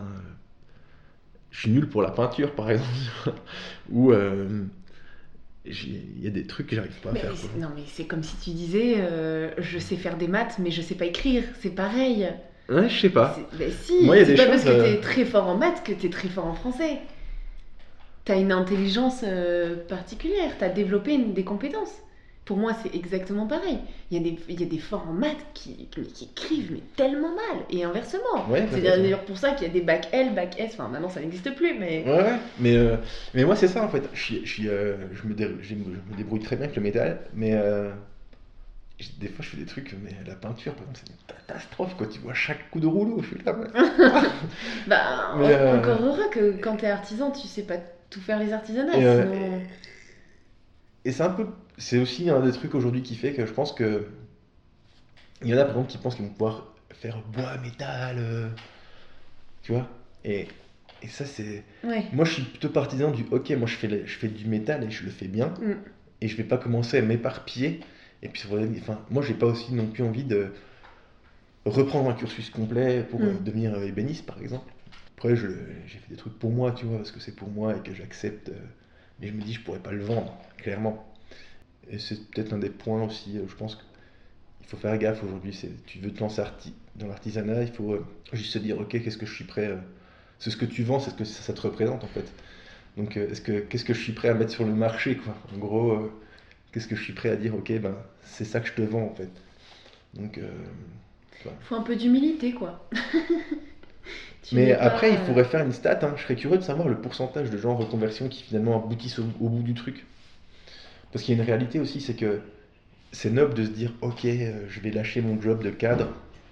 je suis nul pour la peinture, par exemple, ou euh, j'ai- il y a des trucs que j'arrive pas à Mais faire, quoi. c'est- non, mais c'est comme si tu disais, euh, je sais faire des maths, mais je sais pas écrire. C'est pareil. Ouais, je sais pas. C'est- Ben si, Moi, il y a c'est des pas parce choses. que euh, t'es très fort en maths que t'es très fort en français. T'as une intelligence euh, particulière, t'as développé une- des compétences. Pour moi, c'est exactement pareil. Il y a des, il y a des forts en maths qui, qui, qui écrivent mais tellement mal, et inversement. Ouais, C'est peut-être. d'ailleurs pour ça qu'il y a des bac L, bac S, enfin maintenant ça n'existe plus, mais... Ouais, ouais, mais, euh, mais moi c'est ça en fait. Je, suis- je, suis, euh, je, me dé- je me je me débrouille très bien avec le métal, mais euh, j- des fois je fais des trucs, mais la peinture par exemple c'est une catastrophe quand tu vois chaque coup de rouleau. Je suis là, ouais. Bah, Mais, en- euh, encore heureux que quand t'es artisan, tu sais pas tout faire les artisanats, Et, euh, sinon... et c'est un peu, c'est aussi un des trucs aujourd'hui qui fait que je pense que il y en a par exemple qui pensent qu'ils vont pouvoir faire bois, métal, euh, tu vois. Et, et ça c'est, Ouais. moi je suis plutôt partisan du ok, moi je fais, le- je fais du métal et je le fais bien. Mm. Et je vais pas commencer à m'éparpiller. Et puis, ça va- enfin, moi, j'ai pas aussi non plus envie de reprendre un cursus complet pour euh, Mm. devenir euh, ébéniste, par exemple. Après, je- j'ai fait des trucs pour moi, tu vois, parce que c'est pour moi et que j'accepte. euh, mais je me dis, je pourrais pas le vendre, clairement. Et c'est peut-être un des points aussi, euh, je pense qu'il faut faire gaffe aujourd'hui. C'est, tu veux te lancer arti- dans l'artisanat, il faut euh, juste se dire, ok, qu'est-ce que je suis prêt. euh, c'est ce que tu vends, c'est ce que ça, ça te représente, en fait. Donc, euh, est-ce que, qu'est-ce que je suis prêt à mettre sur le marché, quoi. En gros. euh, Qu'est-ce que je suis prêt à dire, ok, ben c'est ça que je te vends en fait. Donc, euh, voilà. Faut un peu d'humilité, quoi. Tu Mais n'es pas, après, il euh, faudrait faire une stat, hein. Je serais curieux de savoir le pourcentage de gens en reconversion qui finalement aboutissent au, au bout du truc. Parce qu'il y a une réalité aussi, c'est que c'est noble de se dire, ok, euh, je vais lâcher mon job de cadre,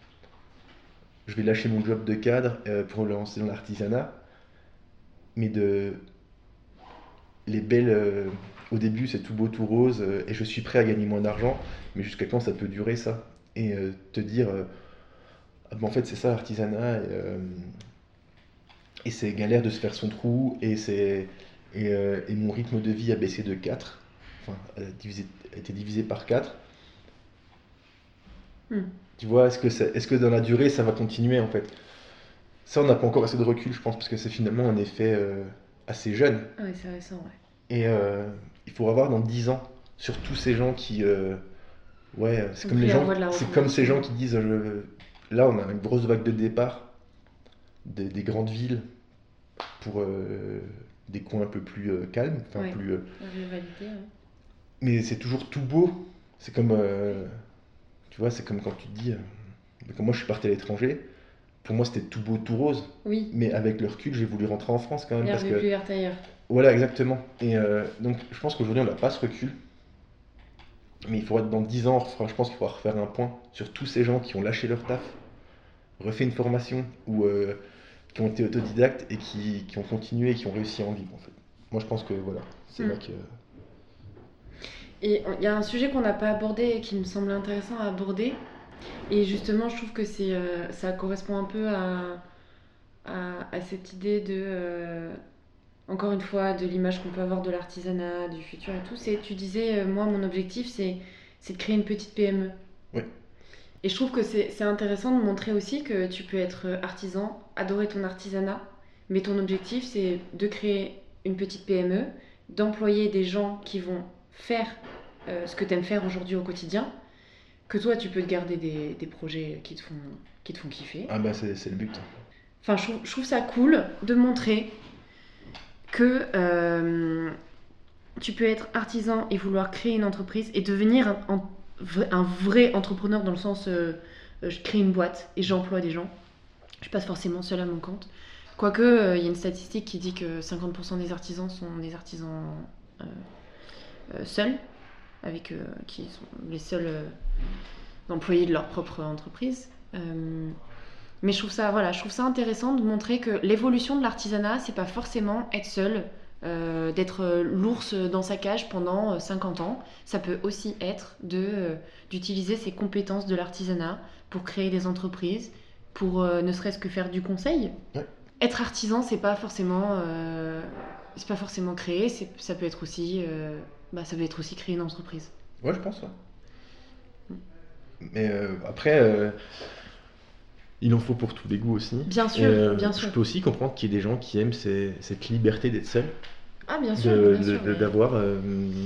je vais lâcher mon job de cadre euh, pour le lancer dans l'artisanat, mais de les belles, euh, au début c'est tout beau, tout rose, euh, et je suis prêt à gagner moins d'argent, mais jusqu'à quand ça peut durer ça? Et euh, te dire, euh, ah, ben, en fait c'est ça l'artisanat, et, euh, et c'est galère de se faire son trou, et, c'est, et, euh, et mon rythme de vie a baissé de quatre, enfin a, divisé, a été divisé par quatre. hmm. Tu vois, est-ce que, ça- est-ce que dans la durée ça va continuer en fait? Ça on n'a pas encore assez de recul je pense, parce que c'est finalement un effet euh, assez jeune. Ah ouais, c'est récent, ouais. Et euh, il faudra voir dans dix ans sur tous ces gens qui. euh, ouais, c'est Ont comme pris les la gens, voie de la c'est comme ces gens reconversion. qui disent euh, je- là, on a une grosse vague de départ des, des grandes villes pour euh, des coins un peu plus euh, calmes. Enfin, Ouais. plus, euh, La rivalité, ouais. mais c'est toujours tout beau. C'est comme. euh, tu vois, c'est comme quand tu te dis. euh, comme moi, je suis parti à l'étranger. Pour moi, c'était tout beau, tout rose. Oui, Mais avec le recul, j'ai voulu rentrer en France quand même. l'herbe Parce est que. plus verte ailleurs. Voilà, exactement. Et euh, donc, je pense qu'aujourd'hui, on n'a pas ce recul. Mais il faudrait, dans dix ans, enfin, je pense qu'il faudra refaire un point sur tous ces gens qui ont lâché leur taf, refait une formation ou euh, qui ont été autodidactes et qui, qui ont continué et qui ont réussi à en vivre en fait. Moi je pense que voilà, c'est Mm. là que. Et il y a un sujet qu'on n'a pas abordé et qui me semble intéressant à aborder. Et justement, je trouve que c'est, euh, ça correspond un peu à, à, à cette idée de, euh, encore une fois, de l'image qu'on peut avoir de l'artisanat, du futur et tout. C'est, tu disais, euh, moi, mon objectif, c'est, c'est de créer une petite P M E. Oui. Et je trouve que c'est, c'est intéressant de montrer aussi que tu peux être artisan, adorer ton artisanat, mais ton objectif, c'est de créer une petite P M E, d'employer des gens qui vont faire euh, ce que tu aimes faire aujourd'hui au quotidien, que toi, tu peux te garder des, des projets qui te font, qui te font kiffer. Ah bah c'est c'est le but. Enfin, je trouve, je trouve ça cool de montrer que euh, tu peux être artisan et vouloir créer une entreprise et devenir un, un vrai- un vrai entrepreneur dans le sens euh, euh, je crée une boîte et j'emploie des gens. Je passe forcément seul à mon compte. Quoique, euh, il y a une statistique qui dit que cinquante pour cent des artisans sont des artisans euh, euh, seuls, avec, euh, qui sont les seuls euh, employés de leur propre entreprise. Euh, mais je trouve ça, voilà, je trouve ça intéressant de montrer que l'évolution de l'artisanat, c'est pas forcément être seul, euh, d'être euh, l'ours dans sa cage pendant euh, cinquante ans. Ça peut aussi être de, euh, d'utiliser ses compétences de l'artisanat pour créer des entreprises, pour euh, ne serait-ce que faire du conseil. Ouais. Être artisan, c'est pas forcément, euh, c'est pas forcément créer, c'est, ça peut être aussi, euh, bah, ça peut être aussi créer une entreprise. Ouais, je pense. Ouais. Mais euh, après, euh, il en faut pour tous les goûts aussi. Bien Et, sûr, euh, bien je sûr. peux aussi comprendre qu'il y ait des gens qui aiment ces- cette liberté d'être seul, Ah, bien sûr, de, bien de- sûr. de- mais- d'avoir. euh,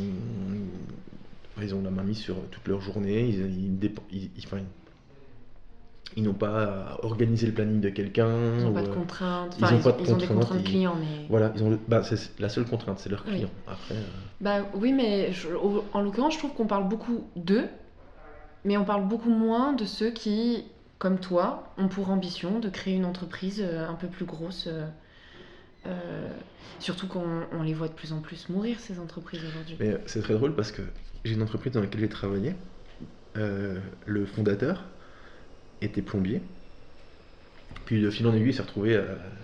ils ont la main mise sur toute leur journée, ils, ils, dépen- ils- ils- enfin, ils n'ont pas à organiser le planning de quelqu'un. Ils n'ont ou, pas de euh, contraintes. ils Enfin, ont ils, pas ont, de ils ont des contraintes, contraintes ils- clients, mais. Voilà, ils ont, bah, c'est la seule contrainte, c'est leur Oui. client. Après, euh, Bah oui, mais je- au- en l'occurrence, je trouve qu'on parle beaucoup d'eux, mais on parle beaucoup moins de ceux qui, comme toi, ont pour ambition de créer une entreprise euh, un peu plus grosse. euh, euh, surtout qu'on on les voit de plus en plus mourir, ces entreprises aujourd'hui. mais c'est très drôle parce que j'ai une entreprise dans laquelle j'ai travaillé. Euh, le fondateur était plombier. Puis de fil en aiguille, il s'est retrouvé à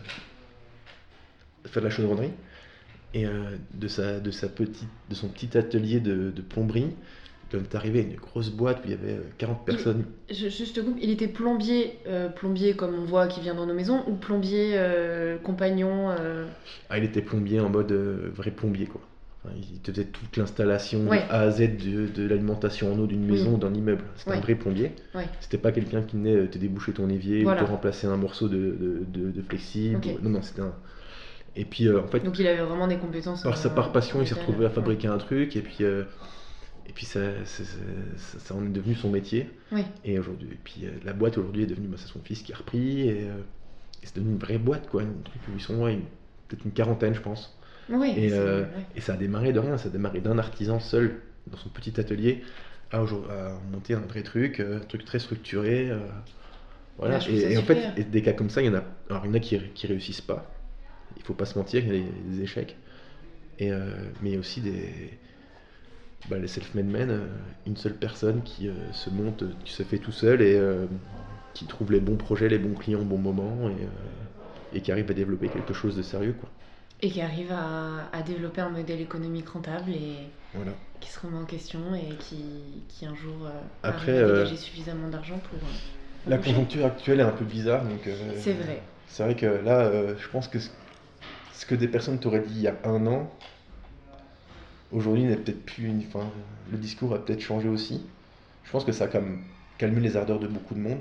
faire de la chaudronnerie. Et euh, de, sa, de, sa petite, de son petit atelier de, de plomberie, il est arrivé à une grosse boîte où il y avait euh, quarante personnes. Je, juste te coupe, il était plombier, euh, plombier comme on voit qui vient dans nos maisons, ou plombier euh, compagnon. euh, Ah, il était plombier en mode euh, vrai plombier, quoi. Enfin, il te faisait toute l'installation Ouais. de A à Z de, de l'alimentation en eau d'une maison Oui. ou d'un immeuble. C'était Ouais. un vrai plombier. Ouais. C'était pas quelqu'un qui venait euh, te déboucher ton évier Voilà. ou te remplacer un morceau de, de, de, de flexible. Ok. ou- Non, non, c'était un. Et puis, euh, en fait, Donc il avait vraiment des compétences. par sa euh, par passion, il s'est métal. retrouvé à fabriquer un truc, et puis, euh, et puis ça, c'est- c'est- ça, ça en est devenu son métier. Oui. Et aujourd'hui, et puis euh, la boîte aujourd'hui est devenue, bah, c'est son fils qui a repris, et, euh, et c'est devenu une vraie boîte, quoi, un truc où ils sont ouais, une- peut-être une quarantaine, je pense. Oui. Et, c'est- euh, ouais. et ça a démarré de rien, ça a démarré d'un artisan seul dans son petit atelier à, aujourd- à monter un vrai truc, euh, un truc très structuré. euh, voilà. Ouais, je trouve et ça et en fait, super. et des cas comme ça, il y en a, alors il y en a qui, qui réussissent pas. Il faut pas se mentir, il y a des, des échecs. Et, euh, mais il y a aussi des, bah, les self-made men, euh, une seule personne qui euh, se monte, qui se fait tout seul et euh, qui trouve les bons projets, les bons clients au bon moment et, euh, et qui arrive à développer quelque chose de sérieux, quoi. Et qui arrive à, à développer un modèle économique rentable et Voilà. qui se remet en question et qui, qui un jour euh, Après, arrive à euh, dégager suffisamment d'argent pour. euh, La embaucher. conjoncture actuelle est un peu bizarre, donc euh, C'est vrai. c'est vrai que là, euh, je pense que ce, ce que des personnes t'auraient dit il y a un an, aujourd'hui n'est peut-être plus. Une, enfin, le discours a peut-être changé aussi. Je pense que ça a quand même calmé les ardeurs de beaucoup de monde.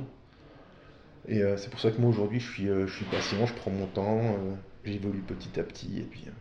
Et euh, c'est pour ça que moi aujourd'hui, je suis, euh, je suis patient, je prends mon temps, euh, j'évolue petit à petit, et puis. euh,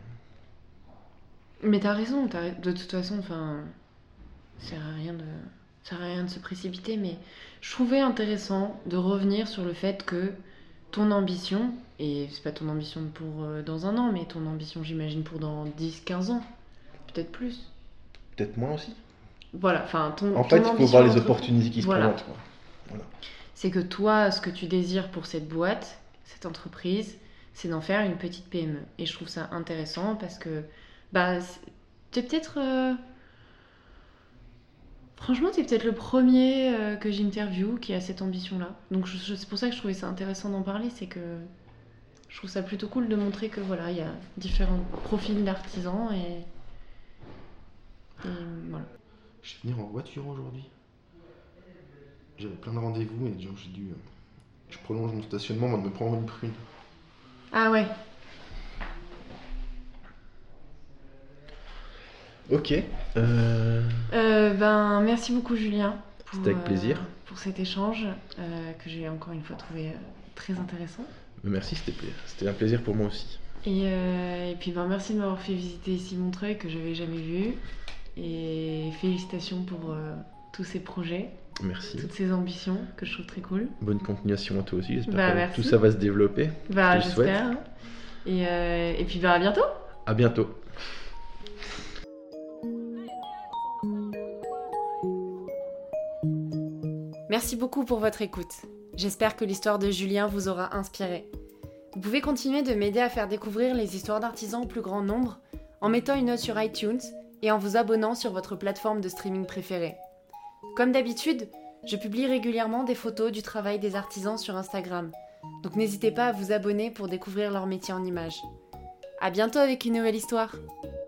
Mais t'as raison, t'as ra- de toute façon, enfin, ça sert à rien de, ça sert à rien de se précipiter, mais je trouvais intéressant de revenir sur le fait que ton ambition, et c'est pas ton ambition pour euh, dans un an, mais ton ambition, j'imagine, pour dans dix quinze ans, peut-être plus. peut-être moins aussi. Voilà, enfin, ton En ton fait, il faut ambition voir les entre- opportunités qui se Voilà. présentent, quoi. Voilà. C'est que toi, ce que tu désires pour cette boîte, cette entreprise, c'est d'en faire une petite P M E. Et je trouve ça intéressant parce que, bah, c'est- t'es peut-être. euh, Franchement, t'es peut-être le premier euh, que j'interviewe qui a cette ambition-là. Donc je- je- c'est pour ça que je trouvais ça intéressant d'en parler, c'est que je trouve ça plutôt cool de montrer que voilà, il y a différents profils d'artisans et. et voilà. Je vais venir en voiture aujourd'hui. J'avais plein de rendez-vous et genre, j'ai dû. euh, Je prolonge mon stationnement avant de me prendre une prune. Ah ouais, Ok. Euh... Euh, ben, merci beaucoup Julien pour, C'était avec plaisir. euh, pour cet échange euh, que j'ai encore une fois trouvé euh, très intéressant. Merci, c'était pla- c'était un plaisir pour moi aussi. Et, euh, et puis ben, merci de m'avoir fait visiter ici Montreuil que j'avais jamais vu. Et félicitations pour euh, tous ces projets, Merci. toutes ces ambitions que je trouve très cool. Bonne continuation à toi aussi. J'espère Bah, que merci. tout ça va se développer. Bah Je te le souhaite. j'espère. Et, euh, et puis bah, à bientôt. À bientôt. Merci beaucoup pour votre écoute. J'espère que l'histoire de Julien vous aura inspiré. Vous pouvez continuer de m'aider à faire découvrir les histoires d'artisans au plus grand nombre en mettant une note sur iTunes et en vous abonnant sur votre plateforme de streaming préférée. Comme d'habitude, je publie régulièrement des photos du travail des artisans sur Instagram, donc n'hésitez pas à vous abonner pour découvrir leur métier en images. À bientôt avec une nouvelle histoire.